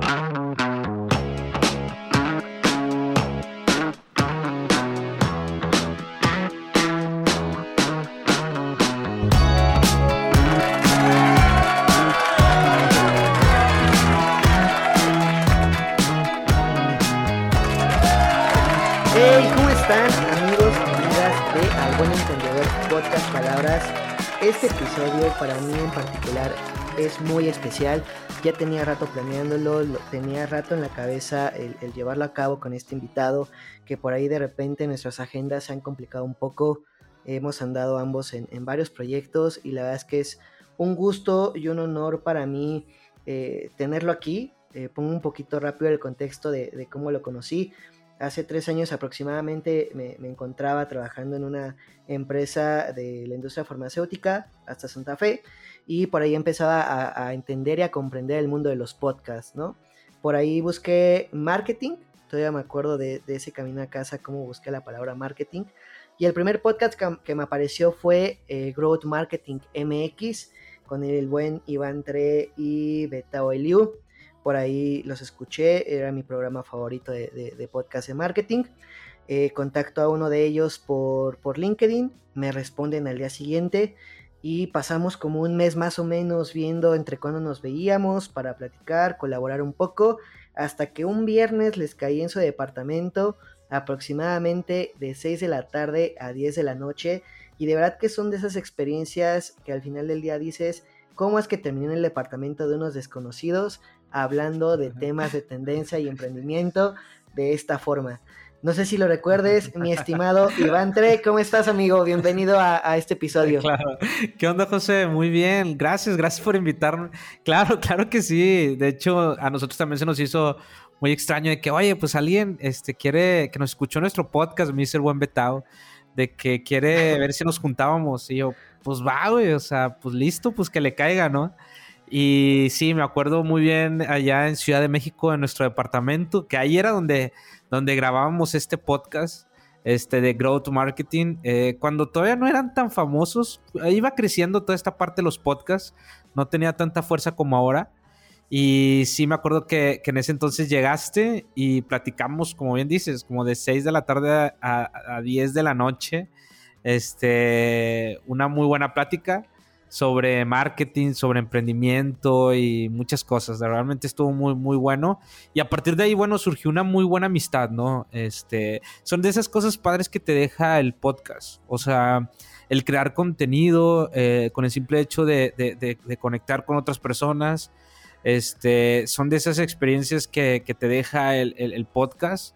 Hey, ¿cómo están, amigos y amigas de Al Buen Entendedor Podcast Palabras? Este episodio para mí en particular es muy especial. Ya tenía rato planeándolo, tenía rato en la cabeza el llevarlo a cabo con este invitado, que por ahí de repente nuestras agendas se han complicado un poco. Hemos andado ambos en varios proyectos y la verdad es que es un gusto y un honor para mí tenerlo aquí. Pongo un poquito rápido el contexto de cómo lo conocí. Hace 3 años aproximadamente me encontraba trabajando en una empresa de la industria farmacéutica hasta Santa Fe, y por ahí empezaba a entender y a comprender el mundo de los podcasts, ¿no? Por ahí busqué marketing, todavía me acuerdo de ese camino a casa, cómo busqué la palabra marketing, y el primer podcast que me apareció fue Growth Marketing MX, con el buen Iván Tre y Betao Eliu. Por ahí los escuché, era mi programa favorito de podcast de marketing. Contacto a uno de ellos por LinkedIn, me responden al día siguiente y pasamos como un mes más o menos viendo entre cuándo nos veíamos para platicar, colaborar un poco, hasta que un viernes les caí en su departamento aproximadamente de 6 de la tarde a 10 de la noche, y de verdad que son de esas experiencias que al final del día dices, ¿cómo es que terminé en el departamento de unos desconocidos hablando de temas de tendencia y emprendimiento de esta forma? No sé si lo recuerdes, mi estimado Iván Tre. ¿Cómo estás, amigo? Bienvenido a este episodio. Claro. ¿Qué onda, José? Muy bien. Gracias por invitarme. Claro que sí. De hecho, a nosotros también se nos hizo muy extraño de que, oye, pues alguien quiere, que nos escuchó nuestro podcast, me dice el buen Betao, de que quiere ver si nos juntábamos. Y yo, pues va, güey, o sea, pues listo, pues que le caiga, ¿no? Y sí, me acuerdo muy bien allá en Ciudad de México, en nuestro departamento, que ahí era donde grabábamos este podcast de Growth Marketing, cuando todavía no eran tan famosos. Iba creciendo toda esta parte de los podcasts, no tenía tanta fuerza como ahora. Y sí me acuerdo que en ese entonces llegaste y platicamos, como bien dices, como de 6 de la tarde a 10 de la noche. Una muy buena plática sobre marketing, sobre emprendimiento y muchas cosas. Realmente estuvo muy, muy bueno. Y a partir de ahí, bueno, surgió una muy buena amistad, ¿no? Son de esas cosas padres que te deja el podcast. O sea, el crear contenido con el simple hecho de conectar con otras personas. Son de esas experiencias que te deja el podcast.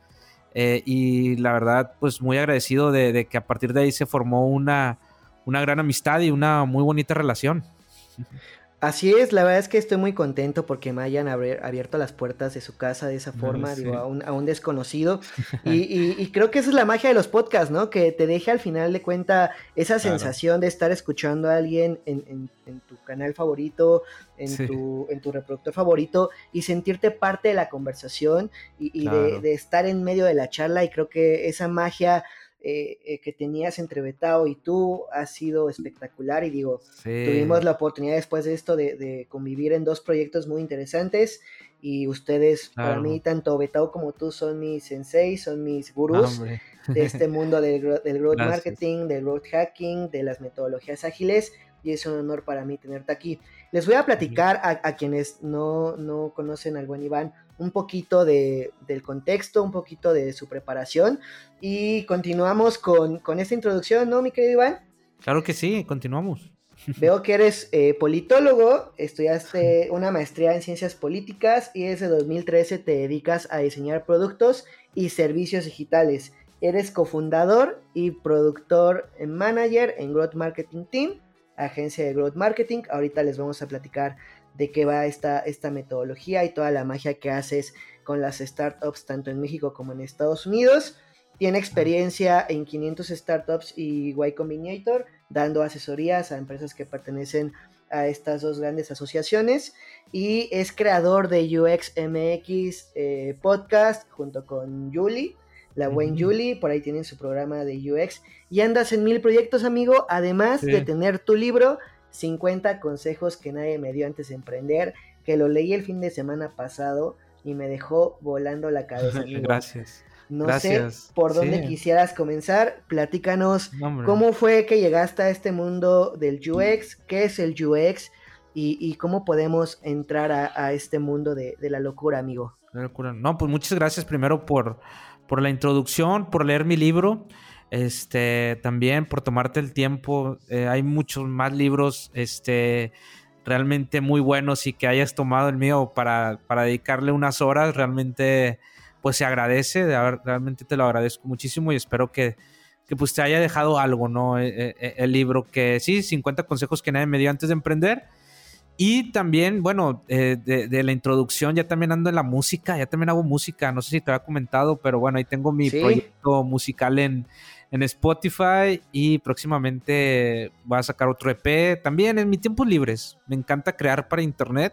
Y la verdad, pues muy agradecido de que a partir de ahí se formó una gran amistad y una muy bonita relación. Así es, la verdad es que estoy muy contento porque me hayan abierto las puertas de su casa de esa forma, Sí. digo, a un desconocido. Y creo que esa es la magia de los podcasts, ¿no? Que te deja al final de cuenta esa sensación de estar escuchando a alguien en tu canal favorito, en tu reproductor favorito, y sentirte parte de la conversación y Claro. de estar en medio de la charla. Y creo que esa magia que tenías entre Betao y tú ha sido espectacular, y digo, tuvimos la oportunidad después de esto de convivir en 2 proyectos muy interesantes, y ustedes, para mí, tanto Betao como tú son mis sensei, son mis gurús de este mundo del growth marketing, del growth hacking, de las metodologías ágiles, y es un honor para mí tenerte aquí. Les voy a platicar a quienes no conocen al buen Iván un poquito del contexto, un poquito de su preparación, y continuamos con esta introducción, ¿no, mi querido Iván? Claro que sí, continuamos. Veo que eres politólogo, estudiaste una maestría en ciencias políticas y desde 2013 te dedicas a diseñar productos y servicios digitales. Eres cofundador y productor manager en Growth Marketing Team, agencia de Growth Marketing. Ahorita les vamos a platicar de qué va esta metodología y toda la magia que haces con las startups tanto en México como en Estados Unidos. Tiene experiencia en 500 startups y Y Combinator, dando asesorías a empresas que pertenecen a estas 2 grandes asociaciones, y es creador de UX MX podcast junto con Julie, la buen Julie. Por ahí tienen su programa de UX y andas en 1000 proyectos, amigo, además de tener tu libro 50 consejos que nadie me dio antes de emprender, que lo leí el fin de semana pasado. y me dejó volando la cabeza, amigo. Gracias. No Gracias. sé por dónde quisieras comenzar. Platícanos cómo fue que llegaste a este mundo del UX, qué es el UX y cómo podemos entrar a este mundo de la locura, amigo. No, pues muchas gracias primero por la introducción, por leer mi libro, también por tomarte el tiempo. Hay muchos más libros, realmente muy buenos, y que hayas tomado el mío para dedicarle unas horas, realmente pues se agradece, realmente te lo agradezco muchísimo y espero que pues te haya dejado algo, ¿no? El libro que sí, 50 consejos que nadie me dio antes de emprender. Y también, bueno, de la introducción, ya también ando en la música, ya también hago música, no sé si te había comentado, pero bueno, ahí tengo mi proyecto musical en Spotify, y próximamente voy a sacar otro EP, también en mis tiempos libres. Me encanta crear para internet.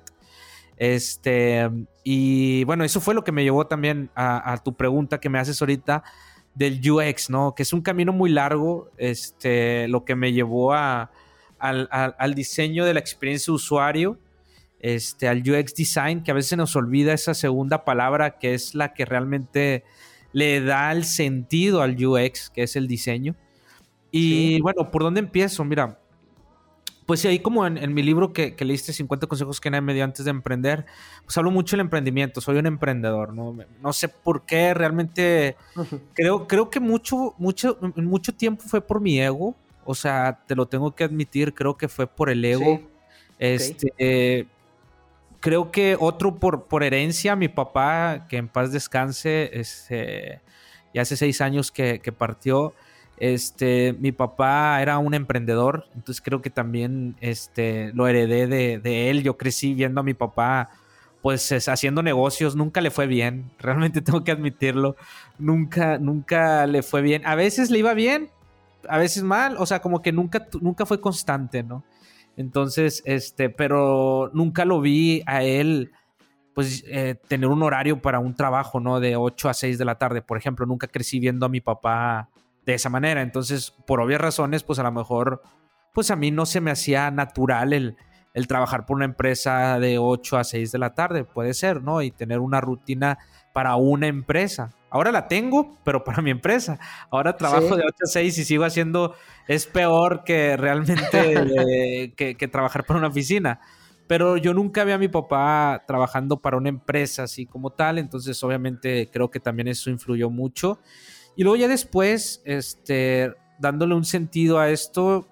Y bueno, eso fue lo que me llevó también a tu pregunta que me haces ahorita del UX, ¿no? Que es un camino muy largo, lo que me llevó al diseño de la experiencia de usuario, al UX design, que a veces se nos olvida esa segunda palabra, que es la que realmente le da el sentido al UX, que es el diseño. Y bueno, ¿por dónde empiezo? Mira, pues sí, ahí como en mi libro que leíste, 50 consejos que nadie me dio antes de emprender, pues hablo mucho del emprendimiento, soy un emprendedor, no sé por qué, realmente creo que mucho tiempo fue por mi ego, o sea, te lo tengo que admitir, creo que fue por el ego. Creo que otro por herencia, mi papá, que en paz descanse, ya hace 6 años que partió. Mi papá era un emprendedor, entonces creo que también lo heredé de él. Yo crecí viendo a mi papá pues haciendo negocios, nunca le fue bien, realmente tengo que admitirlo, nunca le fue bien. A veces le iba bien, a veces mal, o sea, como que nunca fue constante, ¿no? Entonces, pero nunca lo vi a él pues tener un horario para un trabajo, ¿no? De 8 a 6 de la tarde, por ejemplo. Nunca crecí viendo a mi papá de esa manera. Entonces, por obvias razones, pues a lo mejor, pues a mí no se me hacía natural el trabajar por una empresa de 8 a 6 de la tarde, puede ser, ¿no? Y tener una rutina para una empresa. Ahora la tengo, pero para mi empresa. Ahora trabajo de 8 a 6 y sigo haciendo, es peor que realmente que trabajar para una oficina. Pero yo nunca vi a mi papá trabajando para una empresa así como tal, entonces obviamente creo que también eso influyó mucho. Y luego ya después, dándole un sentido a esto,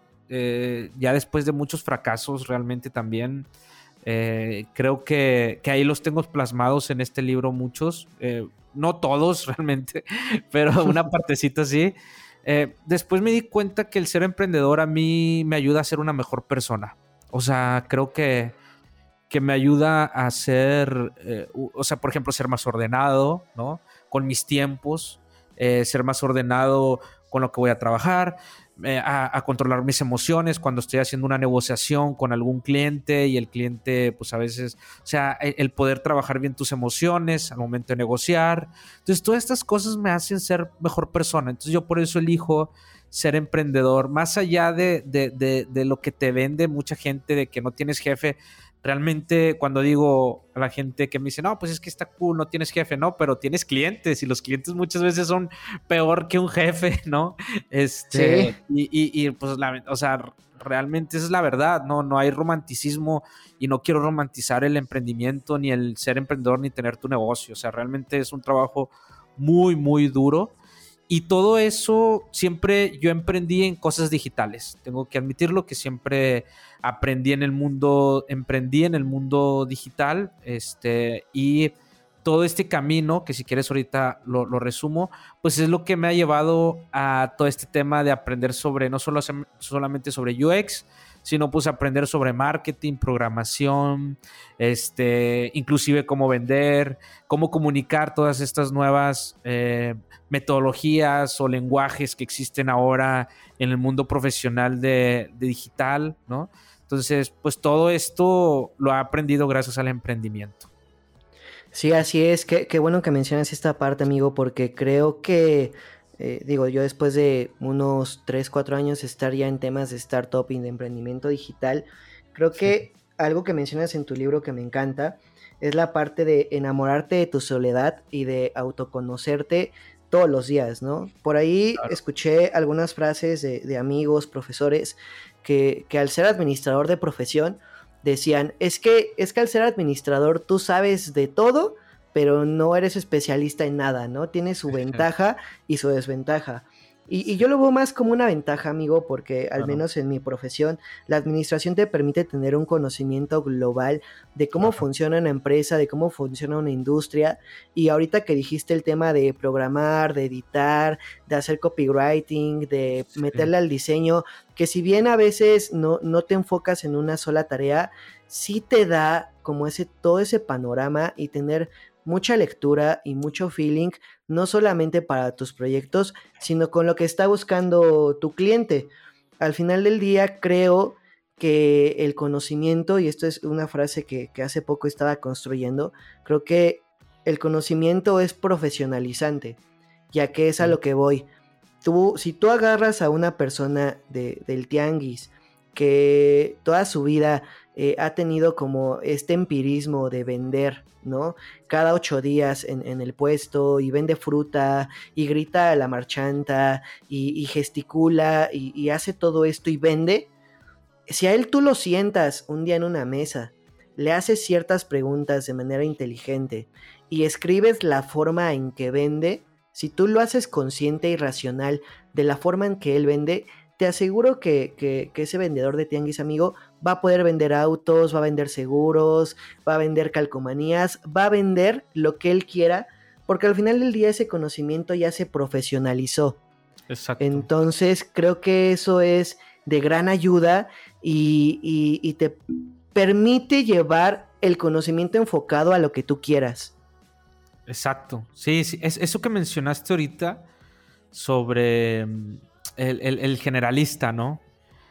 ya después de muchos fracasos realmente también, creo que ahí los tengo plasmados en este libro muchos, no todos realmente, pero una partecita sí. Después me di cuenta que el ser emprendedor a mí me ayuda a ser una mejor persona. O sea, creo que me ayuda a ser, o sea, por ejemplo, ser más ordenado, ¿no? Con mis tiempos, ser más ordenado con lo que voy a trabajar, a controlar mis emociones cuando estoy haciendo una negociación con algún cliente y el cliente, pues a veces, o sea, el poder trabajar bien tus emociones al momento de negociar. Entonces, todas estas cosas me hacen ser mejor persona. Entonces, yo por eso elijo ser emprendedor, más allá de lo que te vende mucha gente, de que no tienes jefe. Realmente cuando digo a la gente que me dice, no, pues es que está cool, no tienes jefe, no, pero tienes clientes y los clientes muchas veces son peor que un jefe, ¿no? Y pues, o sea, realmente esa es la verdad, no hay romanticismo y no quiero romantizar el emprendimiento, ni el ser emprendedor, ni tener tu negocio. O sea, realmente es un trabajo muy, muy duro. Y todo eso siempre yo emprendí en cosas digitales. Tengo que admitirlo que siempre emprendí en el mundo digital, y todo este camino, que si quieres ahorita lo resumo, pues es lo que me ha llevado a todo este tema de aprender sobre, no solamente sobre UX, sino pues aprender sobre marketing, programación, inclusive cómo vender, cómo comunicar todas estas nuevas metodologías o lenguajes que existen ahora en el mundo profesional de digital, ¿no? Entonces, pues todo esto lo he aprendido gracias al emprendimiento. Sí, así es. Qué bueno que mencionas esta parte, amigo, porque creo que, digo, yo después de unos 3, 4 años estar ya en temas de startup y de emprendimiento digital, creo que algo que mencionas en tu libro que me encanta es la parte de enamorarte de tu soledad y de autoconocerte todos los días, ¿no? Por ahí Claro. escuché algunas frases de amigos, profesores, que al ser administrador de profesión decían, es que al ser administrador tú sabes de todo, pero no eres especialista en nada, ¿no? Tiene su ventaja y su desventaja. Y Sí, yo lo veo más como una ventaja, amigo, porque al claro, menos en mi profesión, la administración te permite tener un conocimiento global de cómo claro. funciona una empresa, de cómo funciona una industria. Y ahorita que dijiste el tema de programar, de editar, de hacer copywriting, de Sí, meterle al diseño, que si bien a veces no te enfocas en una sola tarea, sí te da como todo ese panorama y tener mucha lectura y mucho feeling, no solamente para tus proyectos, sino con lo que está buscando tu cliente. Al final del día, creo que el conocimiento, y esto es una frase que hace poco estaba construyendo, creo que el conocimiento es profesionalizante, ya que es a sí, lo que voy. Si tú agarras a una persona del tianguis que toda su vida ha tenido como este empirismo de vender, ¿no? Cada 8 días en el puesto y vende fruta y grita a la marchanta y gesticula y hace todo esto y vende. Si a él tú lo sientas un día en una mesa, le haces ciertas preguntas de manera inteligente y escribes la forma en que vende, si tú lo haces consciente y racional de la forma en que él vende, te aseguro que ese vendedor de tianguis, amigo, va a poder vender autos, va a vender seguros, va a vender calcomanías, va a vender lo que él quiera, porque al final del día ese conocimiento ya se profesionalizó. exacto. Entonces creo que eso es de gran ayuda y te permite llevar el conocimiento enfocado a lo que tú quieras. Exacto. Sí, sí. Eso que mencionaste ahorita sobre el generalista, ¿no?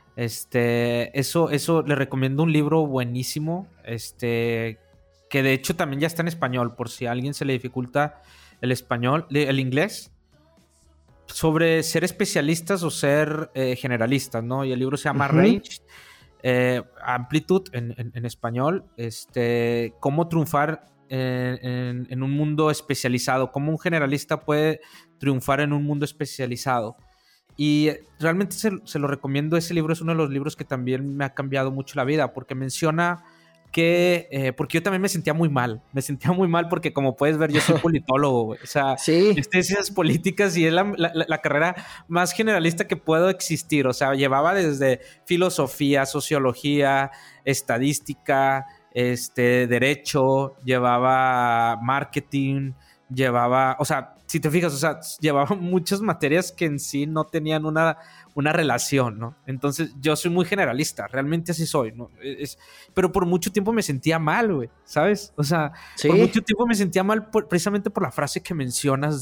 Eso le recomiendo un libro buenísimo, que de hecho también ya está en español, por si a alguien se le dificulta el español, el inglés, sobre ser especialistas o ser generalistas, ¿no? Y el libro se llama Ujú. Range, Amplitud en español, cómo triunfar en un mundo especializado, cómo un generalista puede triunfar en un mundo especializado. Y realmente se lo recomiendo. Ese libro es uno de los libros que también me ha cambiado mucho la vida, porque menciona porque yo también me sentía muy mal porque como puedes ver yo soy politólogo, güey. O sea, Sí, ciencias políticas y es la carrera más generalista que puedo existir. O sea, llevaba desde filosofía, sociología, estadística, derecho, llevaba marketing, llevaba, o sea, si te fijas, o sea, llevaba muchas materias que en sí no tenían una relación, ¿no? Entonces, yo soy muy generalista, realmente así soy, ¿no? Pero por mucho tiempo me sentía mal, güey, ¿sabes? O sea, por sí, mucho tiempo me sentía mal precisamente por la frase que mencionas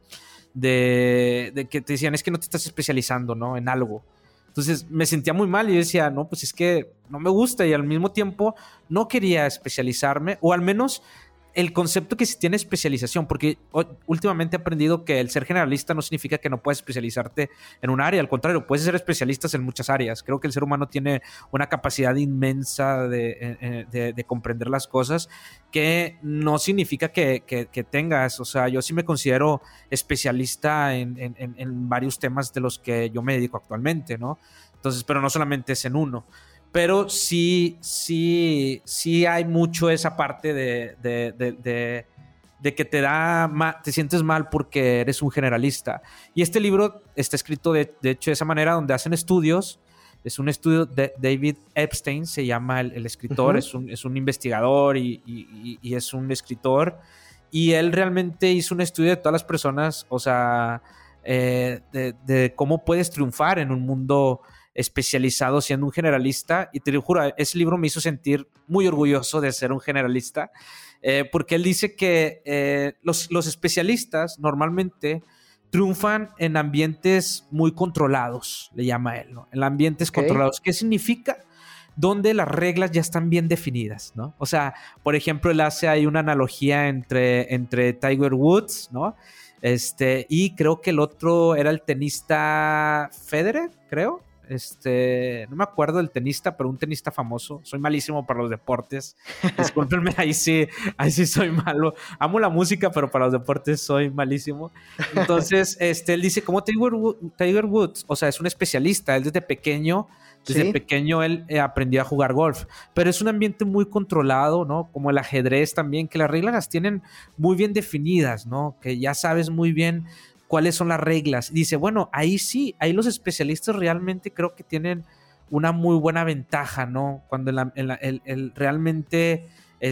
de que te decían, es que no te estás especializando, ¿no? En algo. Entonces me sentía muy mal y yo decía, no, pues es que no me gusta y al mismo tiempo no quería especializarme, o al menos el concepto que se tiene especialización, porque últimamente he aprendido que el ser generalista no significa que no puedes especializarte en un área, al contrario, puedes ser especialistas en muchas áreas. Creo que el ser humano tiene una capacidad inmensa de comprender las cosas, que no significa que tengas, o sea, yo sí me considero especialista en varios temas de los que yo me dedico actualmente, ¿no? Entonces, pero no solamente es en uno. Pero sí hay mucho esa parte de que te sientes mal porque eres un generalista. Y este libro está escrito de hecho de esa manera, donde hacen estudios. Es un estudio de David Epstein, se llama el escritor, ujú, es un investigador y es un escritor. Y él realmente hizo un estudio de todas las personas, o sea, de cómo puedes triunfar en un mundo especializado siendo un generalista. Y te lo juro, ese libro me hizo sentir muy orgulloso de ser un generalista, porque él dice que los especialistas normalmente triunfan en ambientes muy controlados, le llama él, ¿no? En ambientes ok, controlados. ¿Qué significa? Donde las reglas ya están bien definidas, ¿no? O sea, por ejemplo, él hace ahí una analogía entre Tiger Woods, ¿no? Y creo que el otro era el tenista Federer, creo. no me acuerdo del tenista, pero un tenista famoso. Soy malísimo para los deportes. Discúlpenme, ahí sí soy malo. Amo la música, pero para los deportes soy malísimo. Entonces, él dice, como Tiger Woods, o sea, es un especialista. Él desde pequeño él aprendió a jugar golf, pero es un ambiente muy controlado, ¿no? Como el ajedrez también, que las reglas las tienen muy bien definidas, ¿no? Que ya sabes muy bien cuáles son las reglas. Dice, bueno, ahí los especialistas realmente creo que tienen una muy buena ventaja, ¿no? Cuando realmente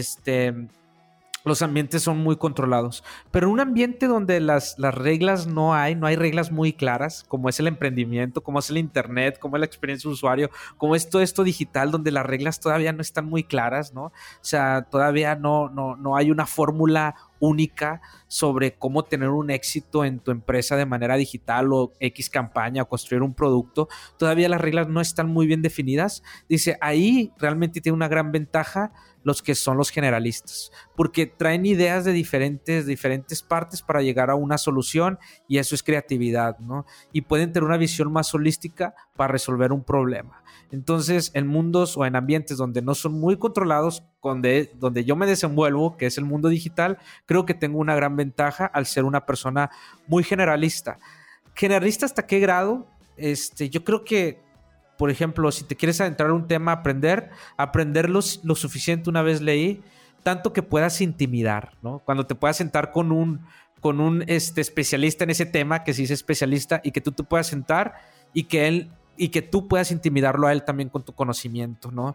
los ambientes son muy controlados. Pero en un ambiente donde las reglas no hay reglas muy claras, como es el emprendimiento, como es el internet, como es la experiencia de usuario, como es todo esto digital, donde las reglas todavía no están muy claras, ¿no? O sea, todavía no hay una fórmula única sobre cómo tener un éxito en tu empresa de manera digital o X campaña o construir un producto. Todavía las reglas no están muy bien definidas. Dice, ahí realmente tiene una gran ventaja los que son los generalistas, porque traen ideas de diferentes partes para llegar a una solución, y eso es creatividad, ¿no? Y pueden tener una visión más holística para resolver un problema. Entonces, en mundos o en ambientes donde no son muy controlados, donde yo me desenvuelvo, que es el mundo digital, creo que tengo una gran ventaja al ser una persona muy generalista. ¿Generalista hasta qué grado? Yo creo que, por ejemplo, si te quieres adentrar a un tema, aprenderlo lo suficiente una vez leí, tanto que puedas intimidar, ¿no? Cuando te puedas sentar con un especialista en ese tema, que sí es especialista, y que tú te puedas sentar y que tú puedas intimidarlo a él también con tu conocimiento, ¿no?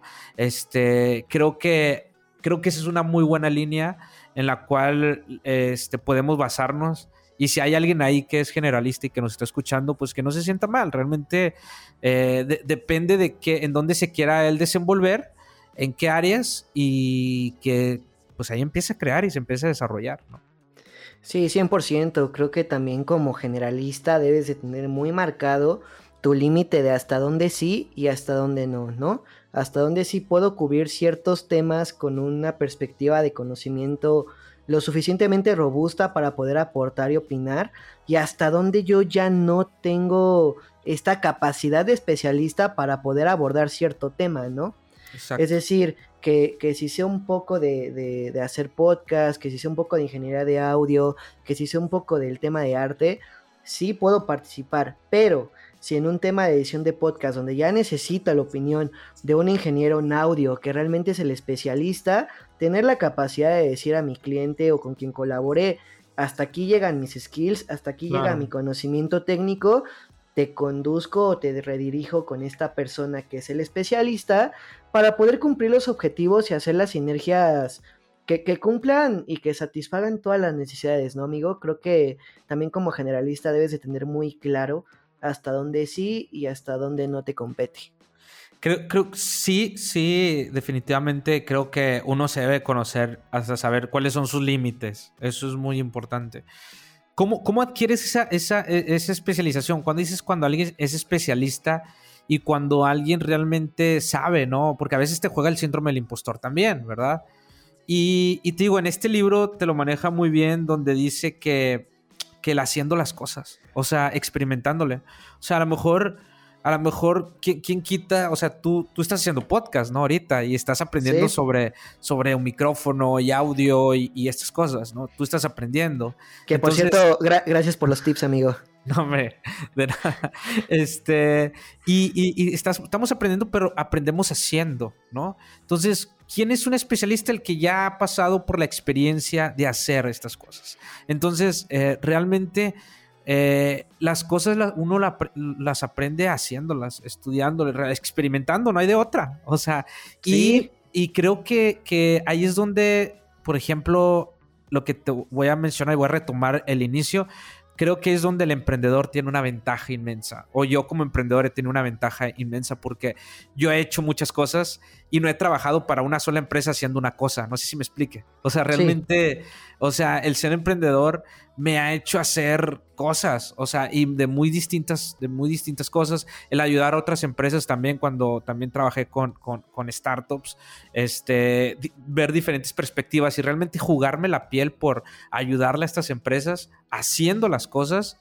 Creo que esa es una muy buena línea en la cual podemos basarnos. Y si hay alguien ahí que es generalista y que nos está escuchando, pues que no se sienta mal. Realmente depende de en dónde se quiera él desenvolver, en qué áreas, y que pues ahí empieza a crear y se empieza a desarrollar, ¿no? Sí, 100%. Creo que también como generalista debes de tener muy marcado tu límite de hasta dónde sí y hasta dónde no, ¿no? Hasta dónde sí puedo cubrir ciertos temas con una perspectiva de conocimiento lo suficientemente robusta para poder aportar y opinar, y hasta dónde yo ya no tengo esta capacidad de especialista para poder abordar cierto tema, ¿no? Exacto. Es decir, que si sé un poco de hacer podcast, que si sé un poco de ingeniería de audio, que si sé un poco del tema de arte, sí puedo participar, pero si en un tema de edición de podcast donde ya necesito la opinión de un ingeniero en audio que realmente es el especialista, tener la capacidad de decir a mi cliente o con quien colabore, hasta aquí llegan mis skills, hasta aquí llega mi conocimiento técnico, te conduzco o te redirijo con esta persona que es el especialista para poder cumplir los objetivos y hacer las sinergias que cumplan y que satisfagan todas las necesidades, ¿no, amigo? Creo que también como generalista debes de tener muy claro hasta dónde sí y hasta dónde no te compete. Creo sí, definitivamente creo que uno se debe conocer hasta saber cuáles son sus límites. Eso es muy importante. ¿Cómo adquieres esa especialización? Cuando alguien es especialista y cuando alguien realmente sabe, ¿no? Porque a veces te juega el síndrome del impostor también, ¿verdad? Y te digo, en este libro te lo maneja muy bien, donde dice que él haciendo las cosas, o sea, experimentándole. O sea, a lo mejor, ¿quién quita? O sea, tú estás haciendo podcast, ¿no? Ahorita, y estás aprendiendo sobre un micrófono y audio y estas cosas, ¿no? Tú estás aprendiendo. Que por cierto, gracias por los tips, amigo. No, hombre, de nada. Estamos aprendiendo, pero aprendemos haciendo, ¿no? Entonces, ¿quién es un especialista? El que ya ha pasado por la experiencia de hacer estas cosas. Entonces, realmente las cosas uno las aprende haciéndolas, estudiándolas, experimentando, no hay de otra. O sea, sí. y creo que ahí es donde, por ejemplo, lo que te voy a mencionar y voy a retomar el inicio. Creo que es donde el emprendedor tiene una ventaja inmensa, o yo como emprendedor he tenido una ventaja inmensa, porque yo he hecho muchas cosas y no he trabajado para una sola empresa haciendo una cosa. No sé si me explique. O sea, realmente, sí. O sea, el ser emprendedor me ha hecho hacer cosas, o sea, y de muy distintas cosas. El ayudar a otras empresas también, cuando también trabajé con startups, ver diferentes perspectivas y realmente jugarme la piel por ayudarle a estas empresas haciendo las cosas.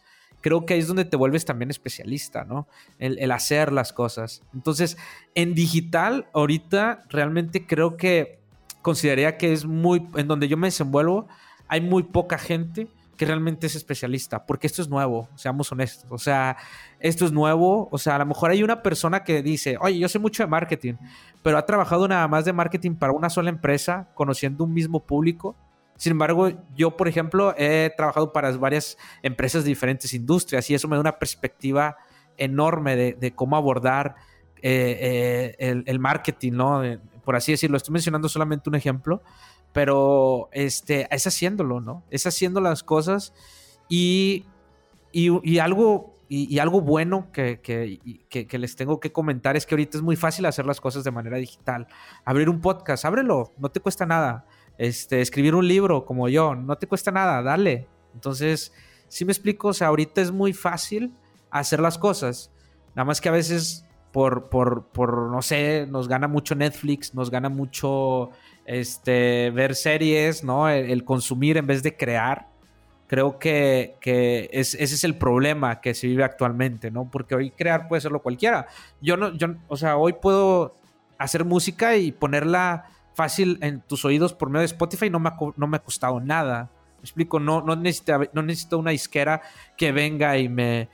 creo que ahí es donde te vuelves también especialista, ¿no? El hacer las cosas. Entonces, en digital, ahorita realmente creo que consideraría que es muy, en donde yo me desenvuelvo, hay muy poca gente que realmente es especialista, porque esto es nuevo, seamos honestos. O sea, esto es nuevo. O sea, a lo mejor hay una persona que dice, oye, yo sé mucho de marketing, pero ha trabajado nada más de marketing para una sola empresa, conociendo un mismo público. Sin embargo, yo, por ejemplo, he trabajado para varias empresas de diferentes industrias y eso me da una perspectiva enorme de cómo abordar el marketing, ¿no? Por así decirlo. Estoy mencionando solamente un ejemplo, pero es haciéndolo, ¿no? Es haciendo las cosas y, y algo... Y algo bueno que les tengo que comentar es que ahorita es muy fácil hacer las cosas de manera digital. Abrir un podcast, ábrelo, no te cuesta nada. Escribir un libro como yo, no te cuesta nada, dale. Entonces, sí me explico, o sea, ahorita es muy fácil hacer las cosas. Nada más que a veces no sé, nos gana mucho Netflix, nos gana mucho ver series, ¿no? El consumir en vez de crear. Creo que ese es el problema que se vive actualmente, ¿no? Porque hoy crear puede hacerlo cualquiera. O sea, hoy puedo hacer música y ponerla fácil en tus oídos por medio de Spotify y no me ha costado nada. Me explico, no necesito una disquera que venga y me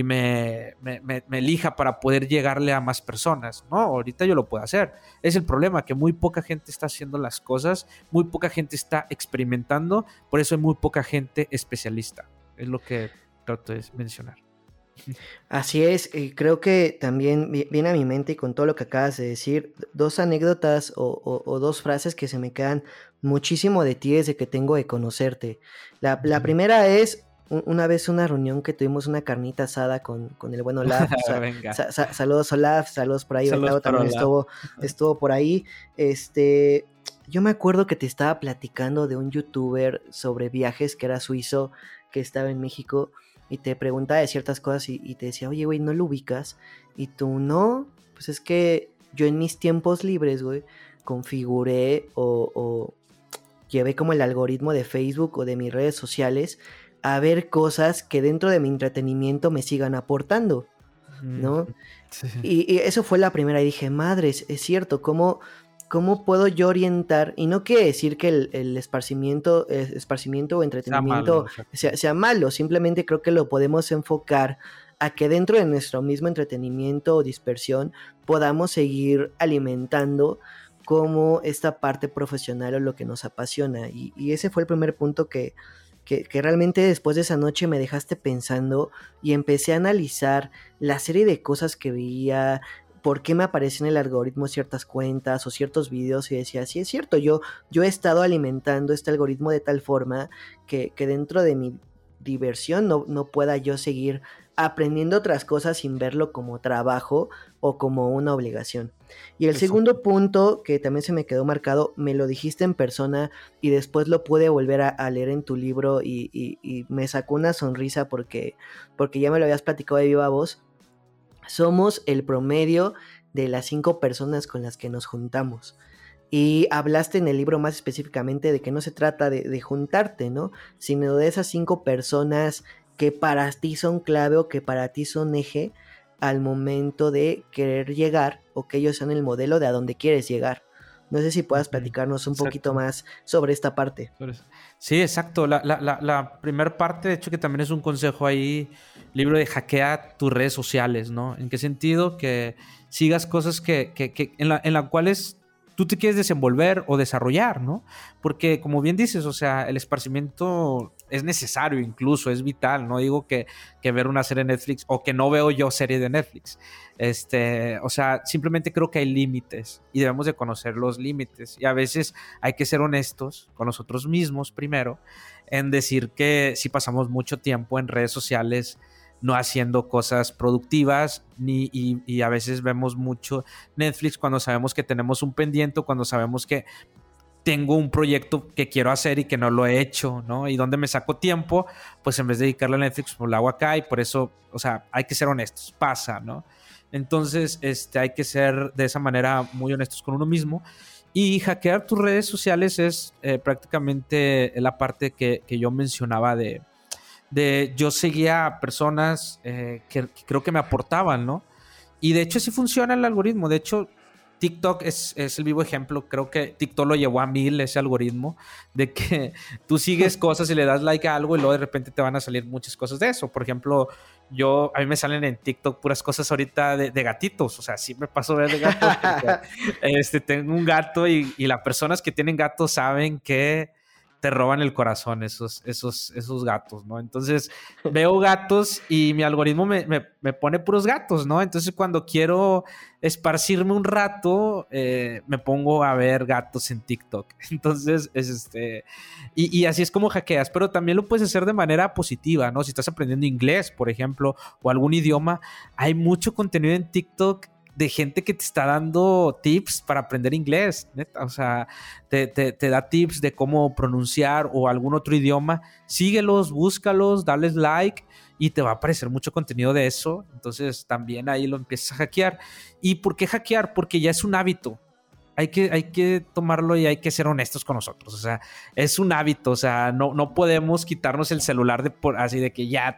elija para poder llegarle a más personas. No, ahorita yo lo puedo hacer. Es el problema, que muy poca gente está haciendo las cosas, muy poca gente está experimentando, por eso hay muy poca gente especialista. Es lo que trato de mencionar. Así es, creo que también viene a mi mente y con todo lo que acabas de decir, dos anécdotas o dos frases que se me quedan muchísimo de ti desde que tengo de conocerte. La primera es una vez una reunión que tuvimos una carnita asada con el buen Olaf. Saludos Olaf, saludos por ahí. Saludos también estuvo por ahí. Yo me acuerdo que te estaba platicando de un youtuber sobre viajes que era suizo, que estaba en México. Y te preguntaba de ciertas cosas y te decía, oye, güey, ¿no lo ubicas? Y tú, no, pues es que yo en mis tiempos libres, güey, configuré o llevé como el algoritmo de Facebook o de mis redes sociales a ver cosas que dentro de mi entretenimiento me sigan aportando, ¿no? Sí. Y eso fue la primera, y dije, madres, es cierto, ¿cómo puedo yo orientar? Y no quiere decir que el esparcimiento o entretenimiento sea malo, simplemente creo que lo podemos enfocar a que dentro de nuestro mismo entretenimiento o dispersión podamos seguir alimentando como esta parte profesional o lo que nos apasiona. Y ese fue el primer punto que realmente después de esa noche me dejaste pensando y empecé a analizar la serie de cosas que veía, por qué me aparecen en el algoritmo ciertas cuentas o ciertos videos, y decía, sí es cierto, yo he estado alimentando este algoritmo de tal forma que dentro de mi diversión no pueda yo seguir aprendiendo otras cosas sin verlo como trabajo o como una obligación. Y el segundo punto que también se me quedó marcado, me lo dijiste en persona y después lo pude volver a leer en tu libro y me sacó una sonrisa porque ya me lo habías platicado de viva voz. Somos el promedio de las 5 personas con las que nos juntamos. Y hablaste en el libro más específicamente de que no se trata de juntarte, ¿no? Sino de esas 5 personas que para ti son clave o que para ti son eje al momento de querer llegar, o que ellos sean el modelo de a donde quieres llegar. No sé si puedas platicarnos un poquito más sobre esta parte. Sí, exacto. La primera parte, de hecho, que también es un consejo ahí, libro de hackea tus redes sociales, ¿no? ¿En qué sentido? Que sigas cosas en las cuales tú te quieres desenvolver o desarrollar, ¿no? Porque, como bien dices, o sea, el esparcimiento es necesario, incluso es vital. No digo que ver una serie de Netflix, o que no veo yo serie de Netflix. O sea, simplemente creo que hay límites y debemos de conocer los límites. Y a veces hay que ser honestos con nosotros mismos primero, en decir que si pasamos mucho tiempo en redes sociales no haciendo cosas productivas, y a veces vemos mucho Netflix cuando sabemos que tenemos un pendiente, cuando sabemos que tengo un proyecto que quiero hacer y que no lo he hecho, ¿no? Y donde me saco tiempo, pues en vez de dedicarle a Netflix, pues lo hago acá. Y por eso, o sea, hay que ser honestos, pasa, ¿no? Entonces, hay que ser de esa manera muy honestos con uno mismo. Y hackear tus redes sociales es prácticamente la parte que yo mencionaba yo seguía a personas que creo que me aportaban, ¿no? Y de hecho así funciona el algoritmo. De hecho, TikTok es el vivo ejemplo. Creo que TikTok lo llevó a 1000 ese algoritmo de que tú sigues cosas y le das like a algo y luego de repente te van a salir muchas cosas de eso. Por ejemplo, a mí me salen en TikTok puras cosas ahorita de gatitos. O sea, sí me paso a ver de gatos porque tengo un gato y las personas que tienen gatos saben que te roban el corazón esos gatos, ¿no? Entonces veo gatos y mi algoritmo me pone puros gatos, ¿no? Entonces cuando quiero esparcirme un rato, me pongo a ver gatos en TikTok. Entonces, y así es como hackeas, pero también lo puedes hacer de manera positiva, ¿no? Si estás aprendiendo inglés, por ejemplo, o algún idioma, hay mucho contenido en TikTok de gente que te está dando tips para aprender inglés, neta. O sea, te da tips de cómo pronunciar o algún otro idioma. Síguelos, búscalos, dales like y te va a aparecer mucho contenido de eso. Entonces también ahí lo empiezas a hackear. ¿Y por qué hackear? Porque ya es un hábito. Hay que tomarlo y hay que ser honestos con nosotros. O sea, es un hábito. O sea, no podemos quitarnos el celular así de que ya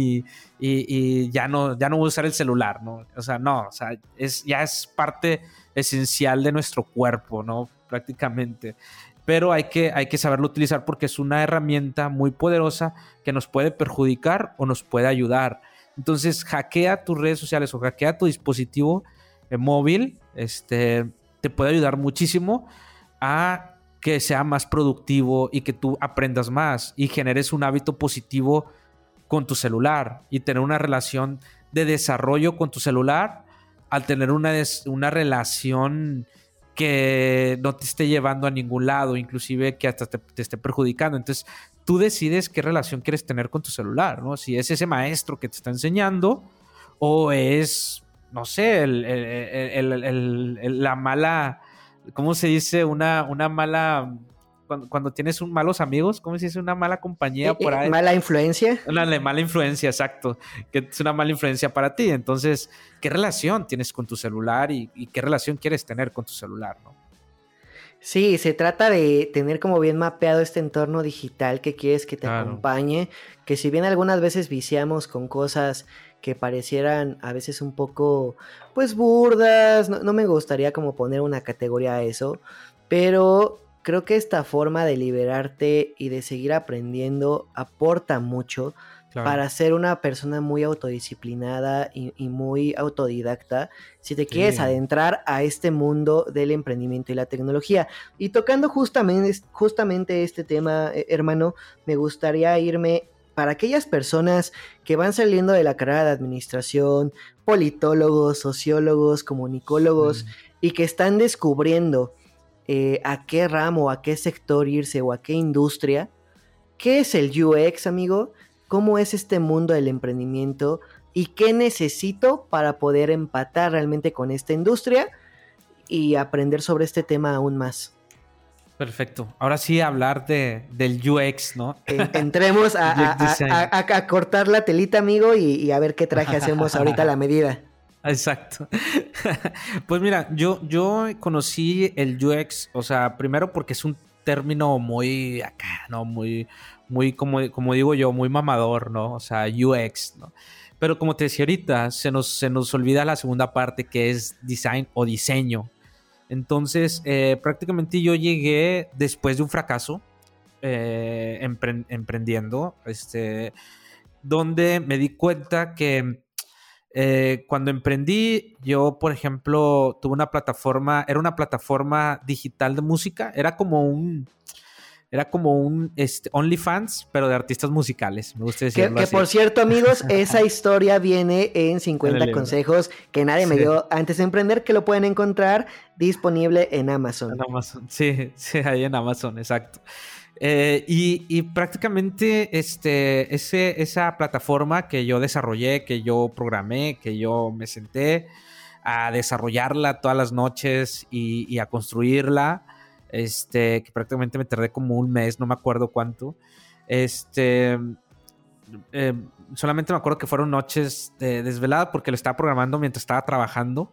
y ya no voy a usar el celular, ¿no? O sea, no. O sea, ya es parte esencial de nuestro cuerpo, ¿no? Prácticamente. Pero hay que saberlo utilizar porque es una herramienta muy poderosa que nos puede perjudicar o nos puede ayudar. Entonces, hackea tus redes sociales o hackea tu dispositivo móvil, te puede ayudar muchísimo a que sea más productivo y que tú aprendas más y generes un hábito positivo con tu celular y tener una relación de desarrollo con tu celular al tener una relación que no te esté llevando a ningún lado, inclusive que hasta te esté perjudicando. Entonces, tú decides qué relación quieres tener con tu celular, ¿no? Si es ese maestro que te está enseñando o es, no sé, la mala, ¿cómo se dice? Una mala, cuando tienes malos amigos, ¿cómo se dice? Una mala compañía por ahí. ¿Mala influencia? Una mala influencia, exacto. Que es una mala influencia para ti. Entonces, ¿qué relación tienes con tu celular y qué relación quieres tener con tu celular, ¿no? Sí, se trata de tener como bien mapeado este entorno digital que quieres que te acompañe, que si bien algunas veces viciamos con cosas que parecieran a veces un poco pues burdas, no me gustaría como poner una categoría a eso, pero creo que esta forma de liberarte y de seguir aprendiendo aporta mucho. Claro. Para ser una persona muy autodisciplinada y muy autodidacta, si te quieres adentrar a este mundo del emprendimiento y la tecnología. Y tocando justamente este tema, hermano, me gustaría irme para aquellas personas que van saliendo de la carrera de administración, politólogos, sociólogos, comunicólogos, y que están descubriendo a qué ramo, a qué sector irse o a qué industria. ¿Qué es el UX, amigo? ¿Cómo es este mundo del emprendimiento? ¿Y qué necesito para poder empatar realmente con esta industria y aprender sobre este tema aún más? Perfecto. Ahora sí hablar del UX, ¿no? Entremos a cortar la telita, amigo, y a ver qué traje hacemos ahorita a la medida. Exacto. Pues mira, yo conocí el UX, o sea, primero porque es un término muy acá, ¿no? Muy como digo yo, muy mamador, ¿no? O sea, UX, ¿no? Pero como te decía ahorita, se nos olvida la segunda parte que es design o diseño. Entonces, prácticamente yo llegué después de un fracaso emprendiendo, donde me di cuenta que cuando emprendí, yo, por ejemplo, tuve era una plataforma digital de música, era como un OnlyFans, pero de artistas musicales. Me gusta decirlo así. Que por cierto, amigos, esa historia viene en 50 consejos que nadie me dio antes de emprender, que lo pueden encontrar disponible en Amazon. En Amazon, sí, ahí en Amazon, exacto. Y prácticamente esa plataforma que yo desarrollé, que yo programé, que yo me senté a desarrollarla todas las noches y a construirla, que prácticamente me tardé como un mes, no me acuerdo cuánto. Solamente me acuerdo que fueron noches desveladas porque lo estaba programando mientras estaba trabajando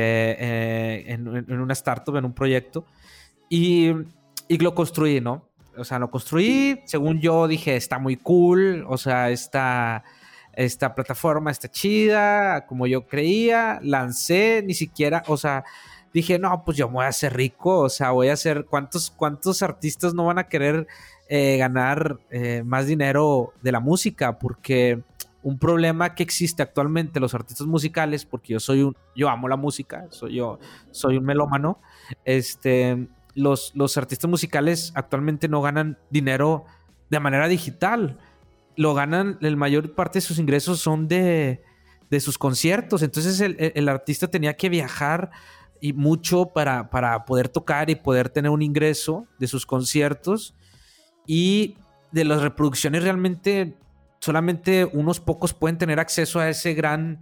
en una startup, en un proyecto, y lo construí, ¿no? o sea, lo construí, según yo dije, está muy cool, o sea, esta plataforma está chida, como yo creía, lancé, ni siquiera, o sea, dije, no, pues yo me voy a hacer rico, o sea, voy a hacer, ¿cuántos artistas no van a querer ganar más dinero de la música? Porque un problema que existe actualmente los artistas musicales, porque yo amo la música, soy un melómano, los artistas musicales actualmente no ganan dinero de manera digital, lo ganan, la mayor parte de sus ingresos son de sus conciertos, entonces el artista tenía que viajar y mucho para poder tocar y poder tener un ingreso de sus conciertos, y de las reproducciones realmente solamente unos pocos pueden tener acceso a ese gran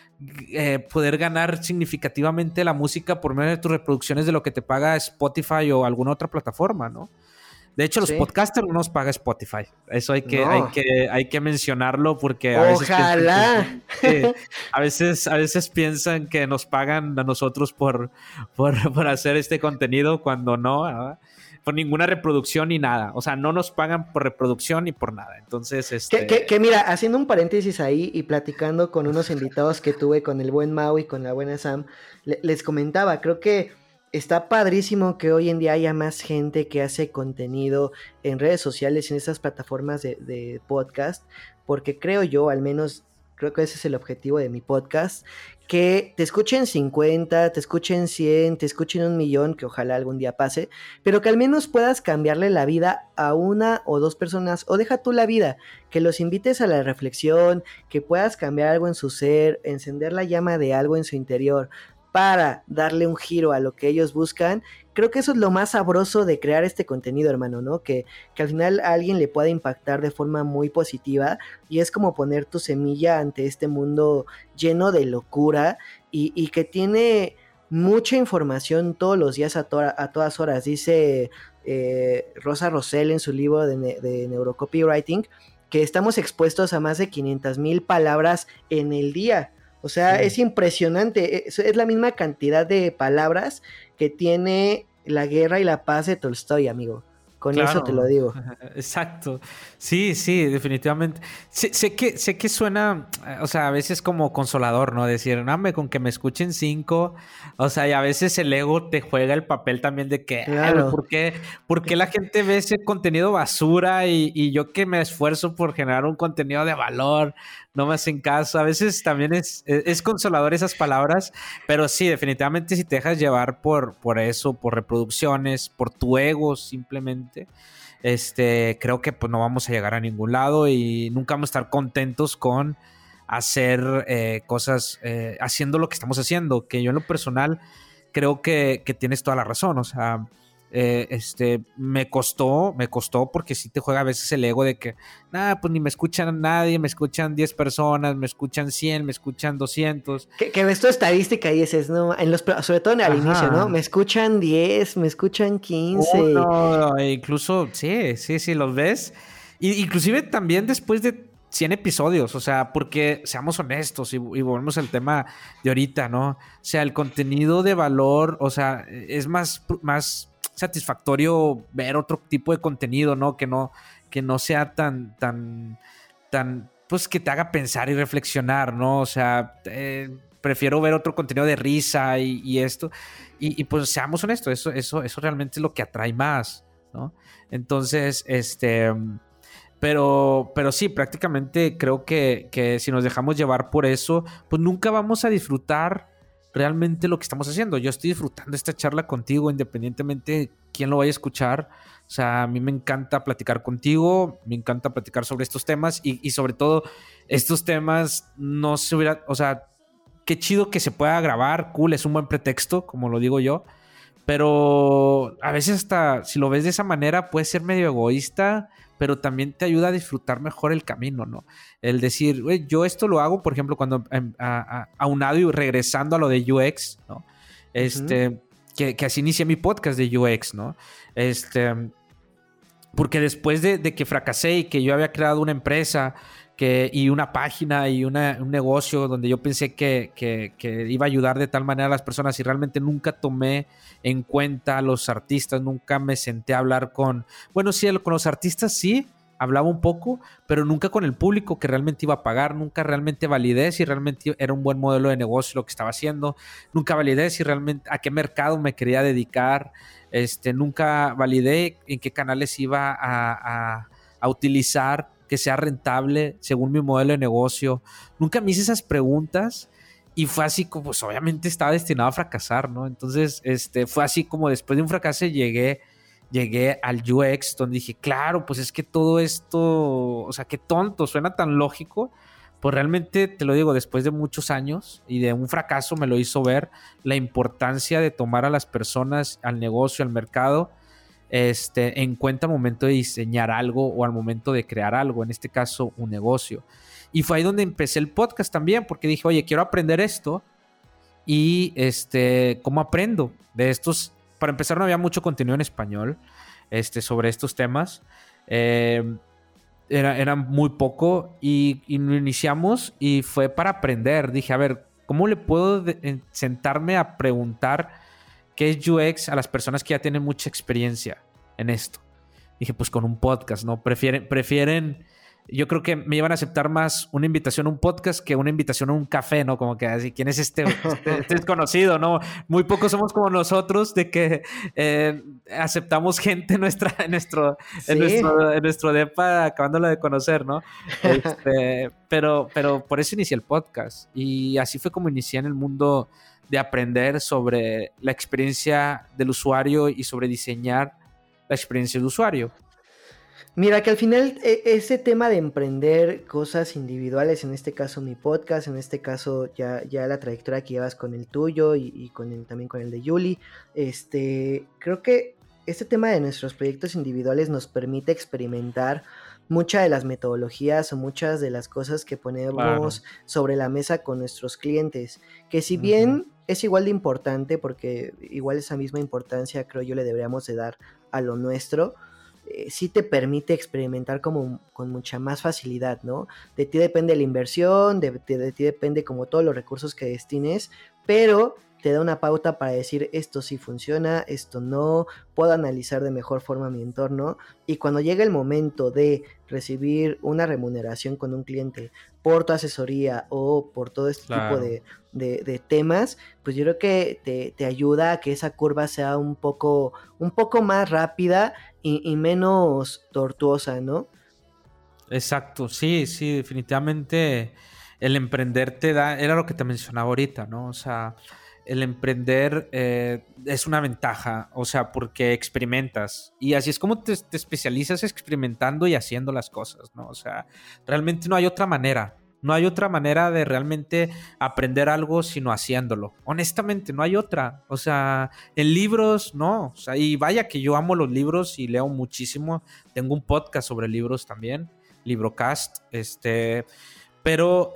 poder ganar significativamente la música por medio de tus reproducciones de lo que te paga Spotify o alguna otra plataforma, ¿no? De hecho, los podcasters no nos paga Spotify. Eso hay que mencionarlo, porque a veces ¡ojalá! a veces piensan que nos pagan a nosotros por hacer este contenido, cuando no, ¿verdad? Por ninguna reproducción ni nada. O sea, no nos pagan por reproducción ni por nada. Entonces, Que mira, haciendo un paréntesis ahí y platicando con unos invitados que tuve, con el buen Mau y con la buena Sam, les comentaba, creo que está padrísimo que hoy en día haya más gente que hace contenido en redes sociales, en esas plataformas de podcast, porque creo yo, al menos creo que ese es el objetivo de mi podcast, que te escuchen 50, te escuchen 100, te escuchen 1,000,000, que ojalá algún día pase, pero que al menos puedas cambiarle la vida a una o dos personas, o deja tú la vida, que los invites a la reflexión, que puedas cambiar algo en su ser, encender la llama de algo en su interior, para darle un giro a lo que ellos buscan. Creo que eso es lo más sabroso de crear este contenido, hermano, ¿no? Que al final a alguien le pueda impactar de forma muy positiva, y es como poner tu semilla ante este mundo lleno de locura y que tiene mucha información todos los días a todas horas. Dice Rosa Rosell en su libro de neurocopywriting que estamos expuestos a más de 500,000 palabras en el día. O sea, sí, es impresionante, es la misma cantidad de palabras que tiene La guerra y la paz de Tolstoy, amigo. Con eso te lo digo. Exacto. Sí, definitivamente. Sé que suena, o sea, a veces como consolador, ¿no? Decir, no, con que me escuchen 5. O sea, y a veces el ego te juega el papel también de que, claro, ¿por qué la gente ve ese contenido basura y yo que me esfuerzo por generar un contenido de valor, no me hacen caso? A veces también es consolador esas palabras, pero sí, definitivamente si te dejas llevar por eso, por reproducciones, por tu ego simplemente, creo que pues no vamos a llegar a ningún lado y nunca vamos a estar contentos con hacer cosas, haciendo lo que estamos haciendo, que yo en lo personal creo que tienes toda la razón. O sea, me costó porque sí te juega a veces el ego de que nada, pues ni me escuchan nadie, me escuchan 10 personas, me escuchan 100, me escuchan 200. Que ves tu estadística y dices, no, sobre todo al inicio, ¿no? Me escuchan 10, me escuchan 15. No, incluso, sí, los ves. Inclusive también después de 100 episodios, o sea, porque seamos honestos y volvemos al tema de ahorita, ¿no? O sea, el contenido de valor, o sea, es más satisfactorio ver otro tipo de contenido, ¿no? Que no sea tan, pues que te haga pensar y reflexionar, ¿no? O sea, prefiero ver otro contenido de risa y esto. Y pues seamos honestos, eso realmente es lo que atrae más, ¿no? Entonces, pero sí, prácticamente creo que si nos dejamos llevar por eso, pues nunca vamos a disfrutar realmente lo que estamos haciendo. Yo estoy disfrutando esta charla contigo, independientemente de quién lo vaya a escuchar. O sea, a mí me encanta platicar contigo, me encanta platicar sobre estos temas y sobre todo estos temas no se hubiera, o sea, qué chido que se pueda grabar, cool, es un buen pretexto, como lo digo yo, pero a veces hasta si lo ves de esa manera puede ser medio egoísta, pero también te ayuda a disfrutar mejor el camino, ¿no? El decir, güey, yo esto lo hago, por ejemplo, cuando aunado y regresando a lo de UX, ¿no? Que así inicié mi podcast de UX, ¿no? Porque después de que fracasé y que yo había creado una empresa y una página y un negocio donde yo pensé que iba a ayudar de tal manera a las personas y realmente nunca tomé en cuenta a los artistas, nunca me senté a hablar bueno, sí, con los artistas sí, hablaba un poco, pero nunca con el público que realmente iba a pagar, nunca realmente validé si realmente era un buen modelo de negocio lo que estaba haciendo, nunca validé si realmente a qué mercado me quería dedicar, nunca validé en qué canales iba a utilizar que sea rentable según mi modelo de negocio. Nunca me hice esas preguntas y fue así como, pues obviamente estaba destinado a fracasar, ¿no? Entonces, fue así como después de un fracaso llegué al UX, donde dije, claro, pues es que todo esto, o sea, qué tonto, suena tan lógico. Pues realmente, te lo digo, después de muchos años y de un fracaso me lo hizo ver la importancia de tomar a las personas, al negocio, al mercado, en cuenta al momento de diseñar algo o al momento de crear algo, en este caso un negocio. Y fue ahí donde empecé el podcast también, porque dije, oye, quiero aprender esto y ¿cómo aprendo de estos? Para empezar, no había mucho contenido en español sobre estos temas. Era muy poco y lo iniciamos y fue para aprender. Dije, a ver, ¿cómo le puedo sentarme a preguntar qué es UX a las personas que ya tienen mucha experiencia en esto? Dije, pues con un podcast, ¿no? Prefieren, yo creo que me iban a aceptar más una invitación a un podcast que una invitación a un café, ¿no? Como que así, ¿quién es este desconocido, no? Muy pocos somos como nosotros de que aceptamos gente en nuestro depa acabándola de conocer, ¿no? Pero por eso inicié el podcast y así fue como inicié en el mundo de aprender sobre la experiencia del usuario y sobre diseñar la experiencia del usuario. Mira, que al final ese tema de emprender cosas individuales, en este caso mi podcast, en este caso ya la trayectoria que llevas con el tuyo y también con el de Yuli, creo que este tema de nuestros proyectos individuales nos permite experimentar muchas de las metodologías o muchas de las cosas que ponemos sobre la mesa con nuestros clientes, que si bien es igual de importante, porque igual esa misma importancia creo yo le deberíamos de dar a lo nuestro, sí te permite experimentar como con mucha más facilidad, ¿no? De ti depende la inversión, de ti depende como todos los recursos que destines, pero te da una pauta para decir esto sí funciona, esto no, puedo analizar de mejor forma mi entorno, y cuando llega el momento de recibir una remuneración con un cliente por tu asesoría o por todo este tipo de temas, pues yo creo que te ayuda a que esa curva sea un poco más rápida y menos tortuosa, ¿no? Exacto, sí, definitivamente el emprender te da, era lo que te mencionaba ahorita, ¿no? O sea, el emprender es una ventaja, o sea, porque experimentas y así es como te especializas experimentando y haciendo las cosas, ¿no? O sea, realmente no hay otra manera. No hay otra manera de realmente aprender algo sino haciéndolo. Honestamente, no hay otra. O sea, en libros, no. O sea, y vaya que yo amo los libros y leo muchísimo. Tengo un podcast sobre libros también, Librocast. Pero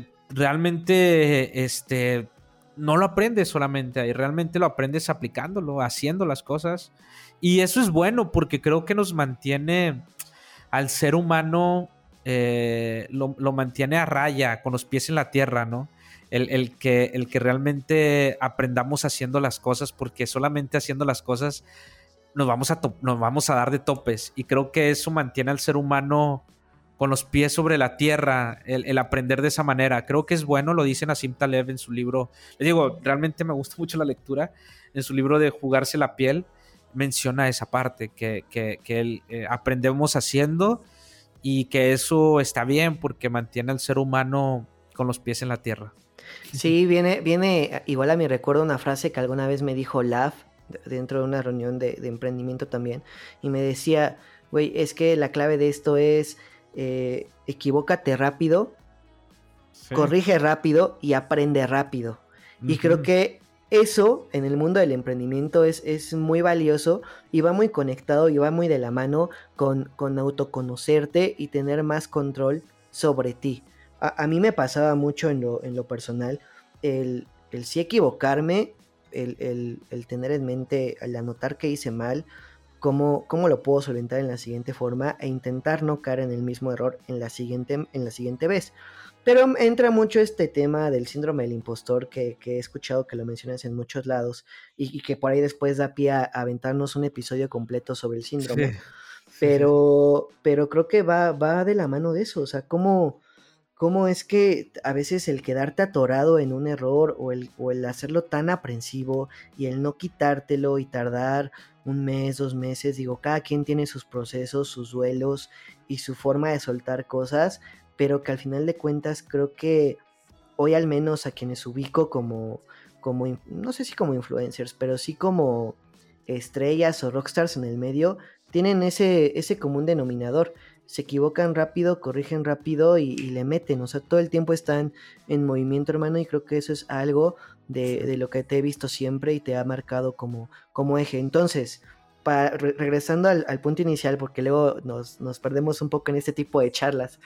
realmente, no lo aprendes solamente ahí. Realmente lo aprendes aplicándolo, haciendo las cosas. Y eso es bueno porque creo que nos mantiene al ser humano. Lo mantiene a raya, con los pies en la tierra, ¿no? El que realmente aprendamos haciendo las cosas, porque solamente haciendo las cosas nos vamos a dar de topes, y creo que eso mantiene al ser humano con los pies sobre la tierra, el aprender de esa manera. Creo que es bueno, lo dice Nassim Taleb en su libro. Les digo, realmente me gusta mucho la lectura. En su libro de Jugarse la piel menciona esa parte, que aprendemos haciendo, y que eso está bien porque mantiene al ser humano con los pies en la tierra. Sí, viene igual a mi recuerdo una frase que alguna vez me dijo Laf dentro de una reunión de emprendimiento también, y me decía, güey, es que la clave de esto es equivócate rápido, corrige rápido y aprende rápido. Y creo que eso en el mundo del emprendimiento es muy valioso y va muy conectado y va muy de la mano con autoconocerte y tener más control sobre ti. A mí me pasaba mucho en lo personal el sí equivocarme, el tener en mente, el anotar que hice mal, cómo lo puedo solventar en la siguiente forma e intentar no caer en el mismo error en la siguiente vez. Pero entra mucho este tema del síndrome del impostor que he escuchado que lo mencionas en muchos lados y que por ahí después da pie a aventarnos un episodio completo sobre el síndrome. Sí, sí, sí. Pero creo que va de la mano de eso. O sea, cómo es que a veces el quedarte atorado en un error o el hacerlo tan aprensivo y el no quitártelo y tardar un mes, 2 meses, digo, cada quien tiene sus procesos, sus duelos y su forma de soltar cosas, pero que al final de cuentas creo que hoy al menos a quienes ubico no sé si como influencers, pero sí como estrellas o rockstars en el medio, tienen ese común denominador. Se equivocan rápido, corrigen rápido y le meten. O sea, todo el tiempo están en movimiento, hermano, y creo que eso es algo de lo que te he visto siempre y te ha marcado como eje. Entonces, regresando al punto inicial, porque luego nos perdemos un poco en este tipo de charlas,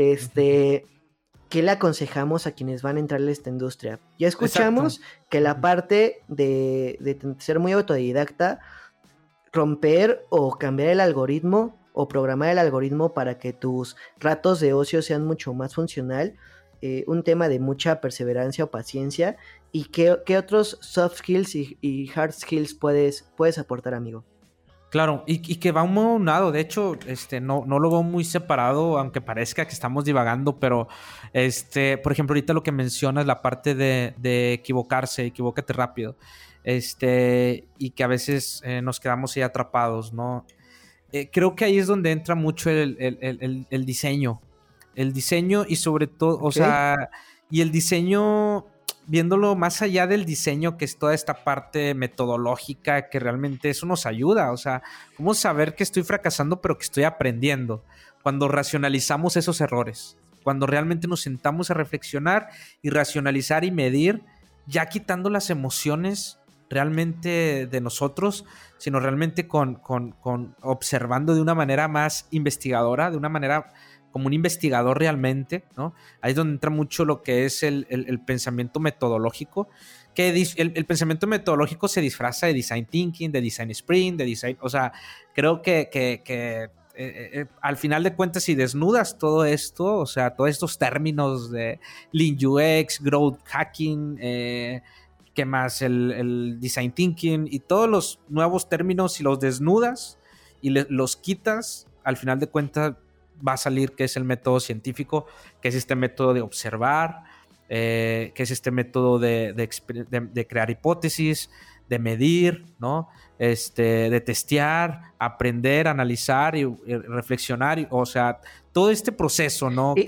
¿qué le aconsejamos a quienes van a entrar a esta industria? Ya escuchamos Exacto. que la parte de ser muy autodidacta, romper o cambiar el algoritmo o programar el algoritmo para que tus ratos de ocio sean mucho más funcional, un tema de mucha perseverancia o paciencia. ¿Y qué otros soft skills y hard skills puedes aportar, amigo? Claro, y que va un lado, de hecho, no lo veo muy separado, aunque parezca que estamos divagando, pero por ejemplo, ahorita lo que mencionas, la parte de equivócate rápido, y que a veces nos quedamos ahí atrapados, ¿no? Creo que ahí es donde entra mucho el diseño. El diseño y sobre todo, o ¿Ok? sea, y el diseño, viéndolo más allá del diseño, que es toda esta parte metodológica, que realmente eso nos ayuda. O sea, cómo saber que estoy fracasando, pero que estoy aprendiendo. Cuando racionalizamos esos errores, cuando realmente nos sentamos a reflexionar y racionalizar y medir, ya quitando las emociones realmente de nosotros, sino realmente con observando de una manera más investigadora, de una manera como un investigador realmente, ¿no? Ahí es donde entra mucho lo que es el pensamiento metodológico, que el pensamiento metodológico se disfraza de design thinking, de design sprint, de design, o sea, creo que al final de cuentas, si desnudas todo esto, o sea, todos estos términos de Lean UX, Growth Hacking, ¿qué más? El Design Thinking y todos los nuevos términos, si los desnudas y los quitas, al final de cuentas va a salir que es el método científico, que es este método de observar, que es este método de crear hipótesis, de medir, ¿no? De testear, aprender, analizar y reflexionar, o sea, todo este proceso, ¿no?